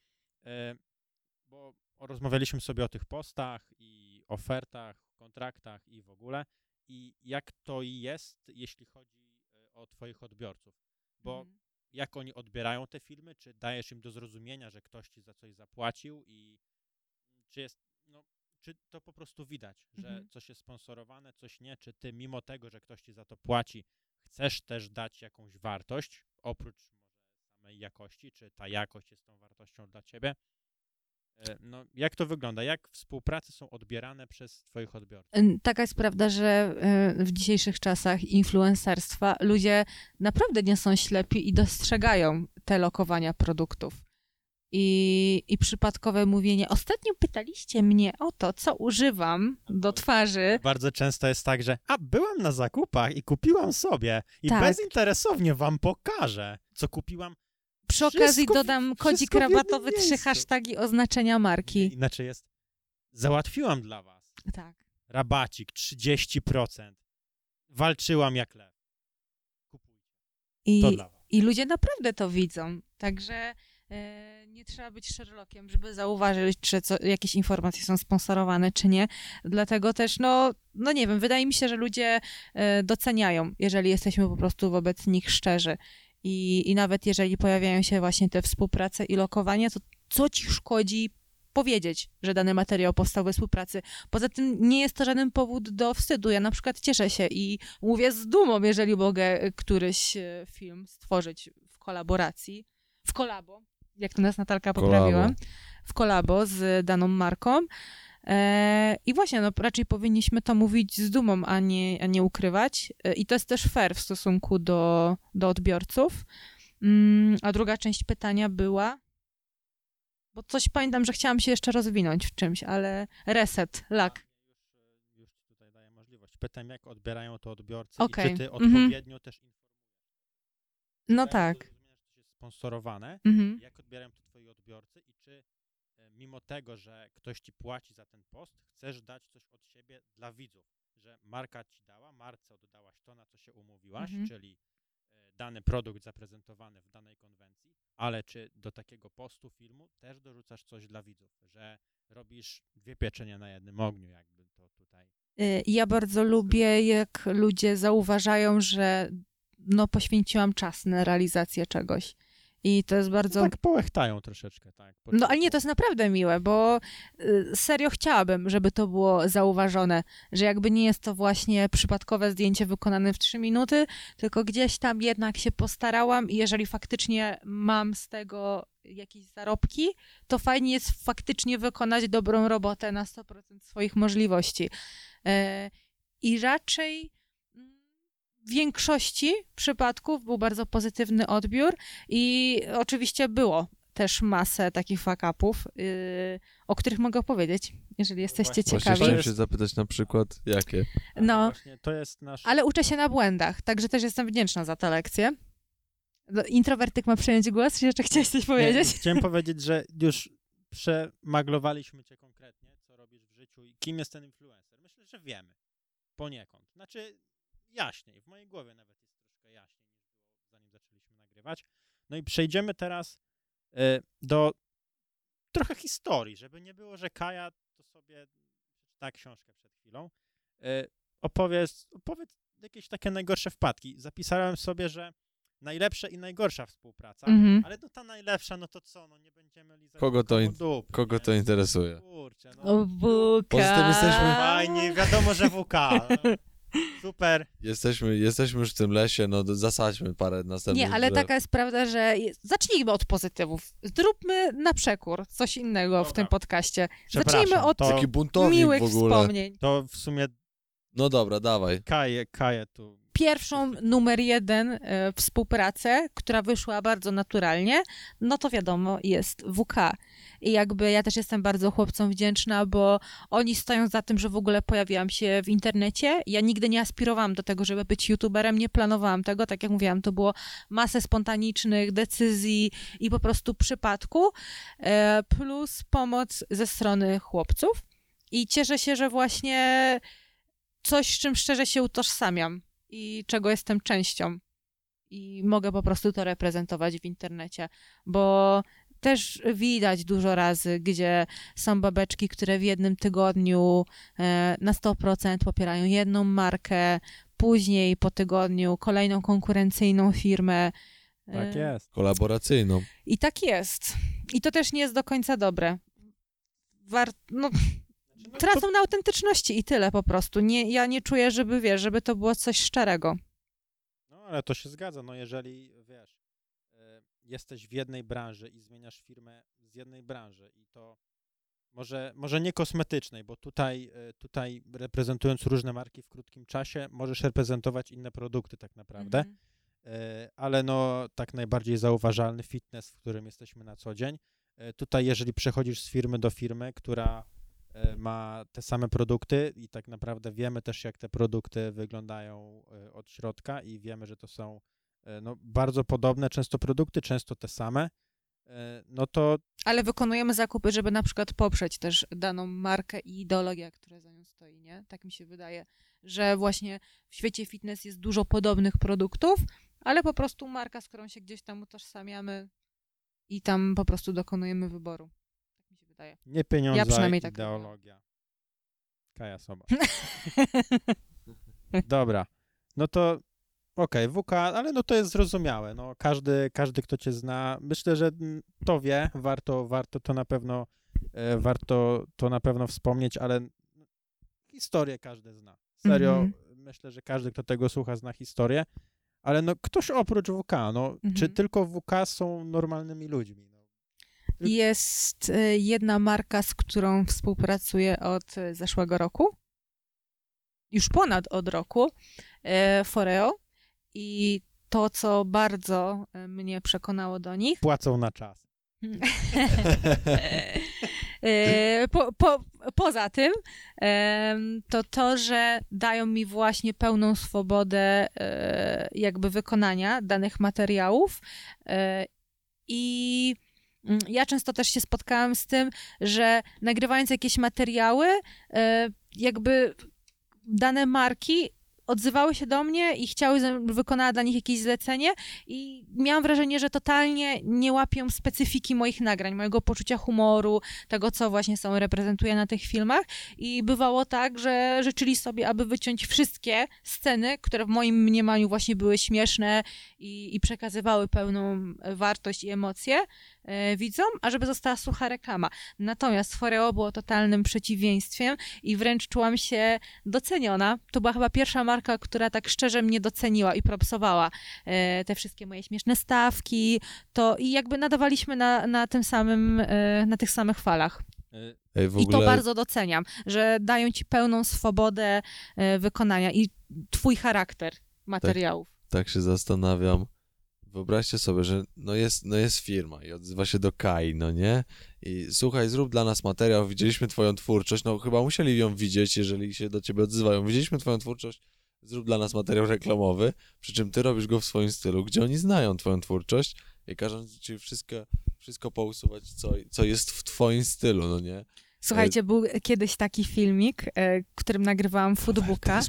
bo rozmawialiśmy sobie o tych postach i ofertach, kontraktach i w ogóle, i jak to jest, jeśli chodzi o twoich odbiorców, bo jak oni odbierają te filmy, czy dajesz im do zrozumienia, że ktoś ci za coś zapłacił i czy jest, czy to po prostu widać, że coś jest sponsorowane, coś nie, czy ty mimo tego, że ktoś ci za to płaci, chcesz też dać jakąś wartość, oprócz może samej jakości, czy ta jakość jest tą wartością dla ciebie? Jak to wygląda? Jak współprace są odbierane przez twoich odbiorców? Taka jest prawda, że w dzisiejszych czasach influencerstwa ludzie naprawdę nie są ślepi i dostrzegają te lokowania produktów. I przypadkowe mówienie. Ostatnio pytaliście mnie o to, co używam do twarzy. Bardzo często jest tak, że byłam na zakupach i kupiłam sobie i Tak. bezinteresownie wam pokażę, co kupiłam. Przy okazji Wszystko dodam kodzik wszystko w jednym rabatowy, 3 miejscu. hasztagi oznaczenia marki. Inaczej jest, załatwiłam dla was Tak. rabacik 30%. Walczyłam jak lew. Kupujcie. To dla was. I ludzie naprawdę to widzą. Także nie trzeba być Sherlockiem, żeby zauważyć, czy jakieś informacje są sponsorowane, czy nie. Dlatego też, no nie wiem, wydaje mi się, że ludzie doceniają, jeżeli jesteśmy po prostu wobec nich szczerzy. I nawet jeżeli pojawiają się właśnie te współprace i lokowanie, to co ci szkodzi powiedzieć, że dany materiał powstał we współpracy. Poza tym nie jest to żaden powód do wstydu. Ja na przykład cieszę się i mówię z dumą, jeżeli mogę któryś film stworzyć w kolaboracji, w kolabo, jak to nas Natalka poprawiła, w kolabo z daną marką. I właśnie, raczej powinniśmy to mówić z dumą, a nie ukrywać. I to jest też fair w stosunku do odbiorców. A druga część pytania była, bo coś pamiętam, że chciałam się jeszcze rozwinąć w czymś, ale reset, lag. Już tutaj daję możliwość. Pytam, jak odbierają to odbiorcy Okej. i czy ty odpowiednio też informujesz. No Dają tak. do zrozumienia, że to jest sponsorowane, jak odbierają to twoi odbiorcy i czy mimo tego, że ktoś ci płaci za ten post, chcesz dać coś od siebie dla widzów, że marka ci dała, marce oddałaś to, na co się umówiłaś, czyli dany produkt zaprezentowany w danej konwencji, ale czy do takiego postu, filmu też dorzucasz coś dla widzów, że robisz 2 pieczenie na jednym ogniu, jakby to tutaj. Ja bardzo lubię, jak ludzie zauważają, że poświęciłam czas na realizację czegoś. I to jest bardzo... Tak połechtają troszeczkę, tak. Ale nie, to jest naprawdę miłe, bo serio chciałabym, żeby to było zauważone, że jakby nie jest to właśnie przypadkowe zdjęcie wykonane w 3 minuty, tylko gdzieś tam jednak się postarałam i jeżeli faktycznie mam z tego jakieś zarobki, to fajnie jest faktycznie wykonać dobrą robotę na 100% swoich możliwości. I raczej w większości przypadków był bardzo pozytywny odbiór i oczywiście było też masę takich fuck-upów, o których mogę opowiedzieć, jeżeli jesteście ciekawi. Właśnie chciałem się zapytać na przykład, jakie? Właśnie to jest nasz... Ale uczę się na błędach, także też jestem wdzięczna za tę lekcję. Introwertyk ma przejąć głos, czy jeszcze chciałeś coś powiedzieć? Chciałem powiedzieć, że już przemaglowaliśmy cię konkretnie, co robisz w życiu i kim jest ten influencer. Myślę, że wiemy. Poniekąd. Znaczy jaśniej. W mojej głowie nawet jest troszkę jaśniej niż było, zanim zaczęliśmy nagrywać. No i przejdziemy teraz do trochę historii, żeby nie było, że Kaja to sobie przeczytała książkę przed chwilą. Opowiedz jakieś takie najgorsze wpadki. Zapisałem sobie, że najlepsza i najgorsza współpraca, ale ta najlepsza, no to co, nie będziemy lizać Kogo to interesuje? Kurczę, O, WK. Poza tym jesteśmy... Fajnie, wiadomo, że WK. Super. Jesteśmy już w tym lesie, zasadźmy parę następnych Nie, ale drzew. taka jest prawda, że zacznijmy od pozytywów. Zróbmy na przekór coś innego w tym podcaście. Zacznijmy od Taki buntownik miłych w ogóle. wspomnień. To w sumie No dobra, dawaj. Kaję tu. Pierwszą numer 1 współpracę, która wyszła bardzo naturalnie, no to wiadomo, jest WK. I jakby ja też jestem bardzo chłopcom wdzięczna, bo oni stoją za tym, że w ogóle pojawiłam się w internecie. Ja nigdy nie aspirowałam do tego, żeby być youtuberem, nie planowałam tego. Tak jak mówiłam, to było masę spontanicznych decyzji i po prostu przypadku, plus pomoc ze strony chłopców. I cieszę się, że właśnie coś, z czym szczerze się utożsamiam i czego jestem częścią. I mogę po prostu to reprezentować w internecie, bo też widać dużo razy, gdzie są babeczki, które w jednym tygodniu na 100% popierają jedną markę, później po tygodniu kolejną konkurencyjną firmę. Tak jest. Kolaboracyjną. I tak jest. I to też nie jest do końca dobre. Tracą na autentyczności i tyle po prostu. Ja nie czuję, żeby to było coś szczerego. No, ale to się zgadza. No, jeżeli, jesteś w jednej branży i zmieniasz firmę z jednej branży i to może nie kosmetycznej, bo tutaj reprezentując różne marki w krótkim czasie, możesz reprezentować inne produkty tak naprawdę, ale no tak najbardziej zauważalny fitness, w którym jesteśmy na co dzień. Tutaj jeżeli przechodzisz z firmy do firmy, która ma te same produkty i tak naprawdę wiemy też, jak te produkty wyglądają od środka i wiemy, że to są bardzo podobne często produkty, często te same, no to... Ale wykonujemy zakupy, żeby na przykład poprzeć też daną markę i ideologię, która za nią stoi, nie? Tak mi się wydaje, że właśnie w świecie fitness jest dużo podobnych produktów, ale po prostu marka, z którą się gdzieś tam utożsamiamy i tam po prostu dokonujemy wyboru. Tak mi się wydaje. Nie pieniądze, Ja przynajmniej tak ideologia. Kaja Soba. Dobra, no to okej, WK, ale no to jest zrozumiałe. No, każdy, kto cię zna, myślę, że to wie, warto to na pewno wspomnieć, ale historię każdy zna. Serio, myślę, że każdy, kto tego słucha, zna historię, ale no ktoś oprócz WK, czy tylko WK są normalnymi ludźmi? No. Jest jedna marka, z którą współpracuję od zeszłego roku, już ponad od roku, Foreo. I to, co bardzo mnie przekonało do nich... Płacą na czas. Poza tym, to, że dają mi właśnie pełną swobodę jakby wykonania danych materiałów i ja często też się spotkałam z tym, że nagrywając jakieś materiały, jakby dane marki odzywały się do mnie i chciały, żebym wykonała dla nich jakieś zlecenie i miałam wrażenie, że totalnie nie łapią specyfiki moich nagrań, mojego poczucia humoru, tego, co właśnie są reprezentuję na tych filmach i bywało tak, że życzyli sobie, aby wyciąć wszystkie sceny, które w moim mniemaniu właśnie były śmieszne i przekazywały pełną wartość i emocje widzom, a żeby została sucha reklama. Natomiast Foreo było totalnym przeciwieństwem i wręcz czułam się doceniona. To była chyba pierwsza marka, która tak szczerze mnie doceniła i propsowała te wszystkie moje śmieszne stawki, i jakby nadawaliśmy na tym samym, na tych samych falach. I to bardzo doceniam, że dają ci pełną swobodę wykonania i twój charakter materiałów. Tak się zastanawiam. Wyobraźcie sobie, że jest firma i odzywa się do Kai, no nie? I słuchaj, zrób dla nas materiał, widzieliśmy twoją twórczość, chyba musieli ją widzieć, jeżeli się do ciebie odzywają. Widzieliśmy twoją twórczość, zrób dla nas materiał reklamowy, przy czym ty robisz go w swoim stylu, gdzie oni znają twoją twórczość i każą ci wszystko pousuwać, co jest w twoim stylu, no nie? Słuchajcie, był kiedyś taki filmik, którym nagrywałam foodbooka.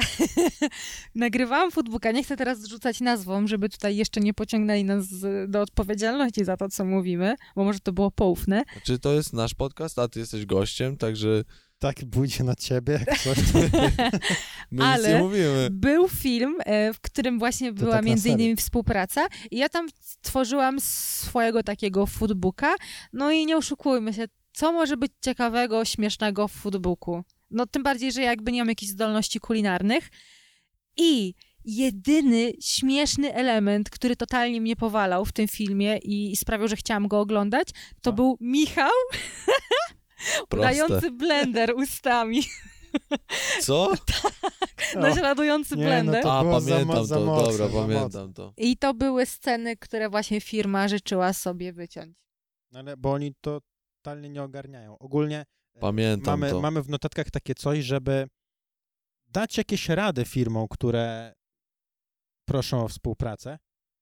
Nagrywałam foodbooka, nie chcę teraz zrzucać nazwą, żeby tutaj jeszcze nie pociągnęli nas do odpowiedzialności za to, co mówimy, bo może to było poufne. Znaczy, to jest nasz podcast, a ty jesteś gościem, także... Tak pójdzie na ciebie, jak coś. My nic nie mówimy. Był film, w którym właśnie była między innymi współpraca i ja tam tworzyłam swojego takiego foodbooka, no i nie oszukujmy się, co może być ciekawego, śmiesznego w foodbooku? No tym bardziej, że jakby nie mam jakichś zdolności kulinarnych. I jedyny śmieszny element, który totalnie mnie powalał w tym filmie i sprawiał, że chciałam go oglądać, to był Michał dający blender ustami. Co? Naśladujący blender. Pamiętam za mocno, pamiętam to. I to były sceny, które właśnie firma życzyła sobie wyciąć. Ale bo oni to totalnie nie ogarniają. Ogólnie Pamiętam mamy w notatkach takie coś, żeby dać jakieś rady firmom, które proszą o współpracę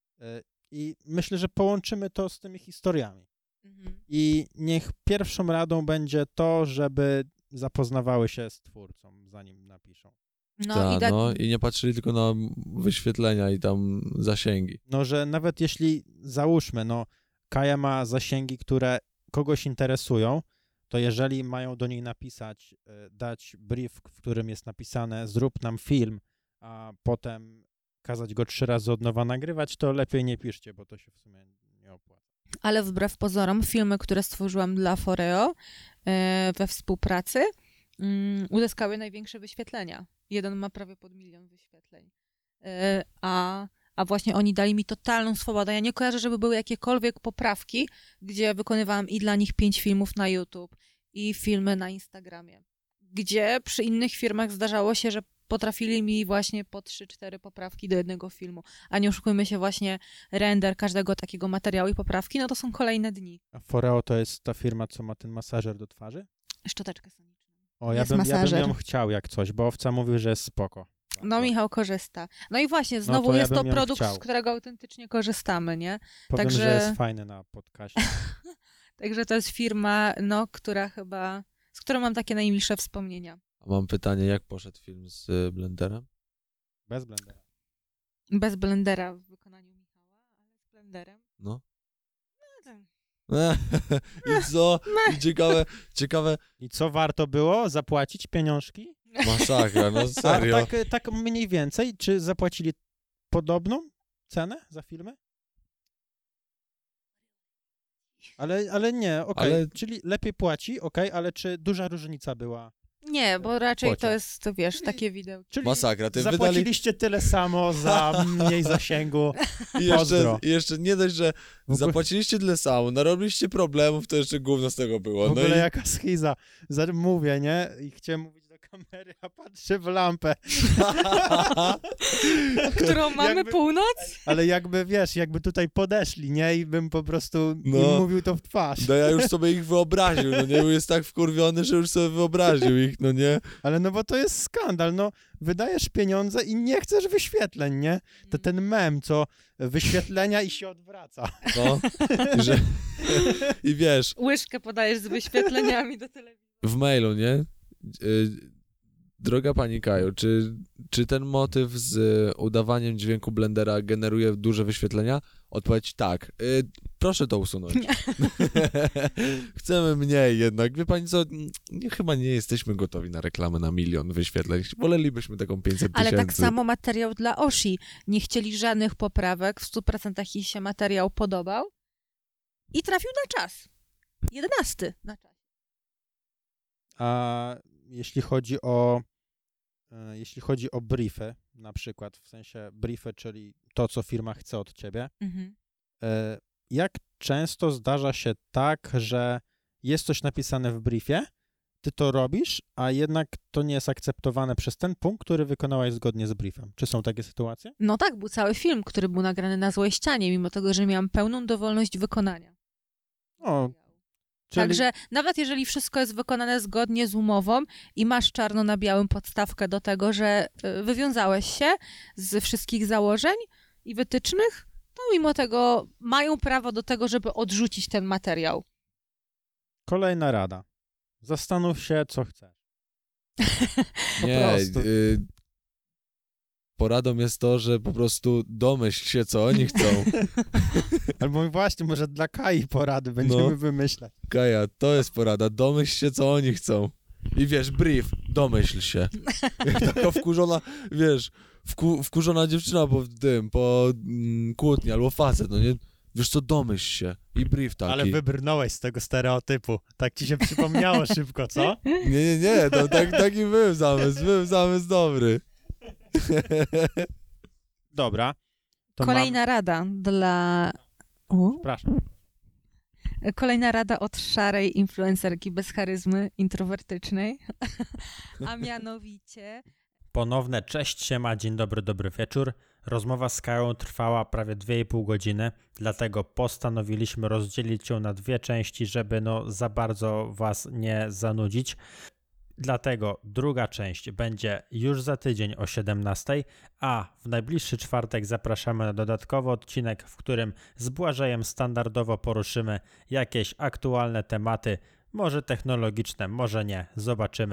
i myślę, że połączymy to z tymi historiami. I niech pierwszą radą będzie to, żeby zapoznawały się z twórcą, zanim napiszą. No, I nie patrzyli tylko na wyświetlenia i tam zasięgi. No, że nawet jeśli, załóżmy, no, Kaja ma zasięgi, które kogoś interesują, to jeżeli mają do niej napisać, dać brief, w którym jest napisane zrób nam film, a potem kazać go 3 razy od nowa nagrywać, to lepiej nie piszcie, bo to się w sumie nie opłaca. Ale wbrew pozorom, filmy, które stworzyłam dla Foreo we współpracy, uzyskały największe wyświetlenia. Jeden ma prawie pod 1 000 000 wyświetleń. A właśnie oni dali mi totalną swobodę. Ja nie kojarzę, żeby były jakiekolwiek poprawki, gdzie wykonywałam i dla nich 5 filmów na YouTube i filmy na Instagramie. Gdzie przy innych firmach zdarzało się, że potrafili mi właśnie po 3-4 poprawki do jednego filmu. A nie oszukujmy się, właśnie render każdego takiego materiału i poprawki, no to są kolejne dni. A Foreo to jest ta firma, co ma ten masażer do twarzy? Szczoteczkę soniczną. O, Jest ja bym masażer. ją chciał jak coś, bo Owca mówił, że jest spoko. No Michał korzysta. No i właśnie, znowu to ja jest to bym ją produkt, chciał. z którego autentycznie korzystamy, nie? Powiem, Także- że jest fajny na podcaście. Także to jest firma, no, która chyba, z którą mam takie najmilsze wspomnienia. A mam pytanie, jak poszedł film z Blenderem? Bez blendera. Bez blendera w wykonaniu Michała, ale z blenderem. No. tam. I co? I ciekawe, I co warto było? Zapłacić pieniążki? masakra, no A serio. tak mniej więcej, czy zapłacili podobną cenę za filmy? Ale nie, okej, Ale- czyli lepiej płaci, okej, ale czy duża różnica była? Nie, bo raczej Kwocie. to jest, to wiesz, takie widełki. Czyli Masakra, ty wydali... zapłaciliście tyle samo za mniej zasięgu. I Pozdro. jeszcze nie dość, że W ogóle- zapłaciliście tyle samo, narobiliście problemów, to jeszcze gówno z tego było. W No ogóle i jaka schiza. Mówię, nie? I chciałem mówić do kamery, a patrzę w lampę. Którą mamy Jakby- północ? Ale jakby, wiesz, jakby tutaj podeszli, nie? I bym po prostu No. im mówił to w twarz. no ja już sobie ich wyobraził, no nie? Był jest tak wkurwiony, że już sobie wyobraził ich, no nie? Ale no bo to jest skandal, no. Wydajesz pieniądze i nie chcesz wyświetleń, nie? To ten mem, co wyświetlenia i się odwraca. No. I wiesz, Łyżkę podajesz z wyświetleniami do telewizji. w mailu, nie? Droga pani Kaju, czy ten motyw z udawaniem dźwięku Blendera generuje duże wyświetlenia? Odpowiedź tak. Proszę to usunąć. Chcemy mniej jednak. Wie pani co, chyba nie jesteśmy gotowi na reklamę na 1 000 000 wyświetleń. Wolelibyśmy taką 500 Ale tysięcy. tak samo materiał dla Oshi. Nie chcieli żadnych poprawek, w 100% ich się materiał podobał i trafił na czas. 11 na czas. A jeśli chodzi o briefy, na przykład, w sensie briefy, czyli to, co firma chce od ciebie, Mhm. jak często zdarza się tak, że jest coś napisane w briefie, ty to robisz, a jednak to nie jest akceptowane przez ten punkt, który wykonałeś zgodnie z briefem? Czy są takie sytuacje? No tak, był cały film, który był nagrany na złej ścianie, mimo tego, że miałam pełną dowolność wykonania. O, czyli Także nawet jeżeli wszystko jest wykonane zgodnie z umową i masz czarno na białym podstawkę do tego, że wywiązałeś się z wszystkich założeń i wytycznych, to mimo tego mają prawo do tego, żeby odrzucić ten materiał. kolejna rada. Zastanów się, co chcesz. Nie, prostu. poradą jest to, że po prostu domyśl się, co oni chcą. Albo właśnie, może dla Kai porady będziemy No. wymyślać. Kaja, to jest porada. Domyśl się, co oni chcą. I wiesz, brief, domyśl się. Jak taka wkurzona, wiesz, wkurzona dziewczyna po kłótni albo facet, no nie? Wiesz co, domyśl się. I brief taki. Ale wybrnąłeś z tego stereotypu. Tak ci się przypomniało szybko, co? Nie, to taki był zamysł dobry. Dobra. To Kolejna rada dla... Przepraszam. Kolejna rada od szarej influencerki bez charyzmy, introwertycznej, a mianowicie... Ponowne cześć, siema, dzień dobry, dobry wieczór. Rozmowa z Kają trwała prawie 2,5 godziny, dlatego postanowiliśmy rozdzielić ją na 2 części, żeby za bardzo was nie zanudzić. Dlatego druga część będzie już za tydzień o 17:00, a w najbliższy czwartek zapraszamy na dodatkowy odcinek, w którym z Błażejem standardowo poruszymy jakieś aktualne tematy, może technologiczne, może nie, zobaczymy.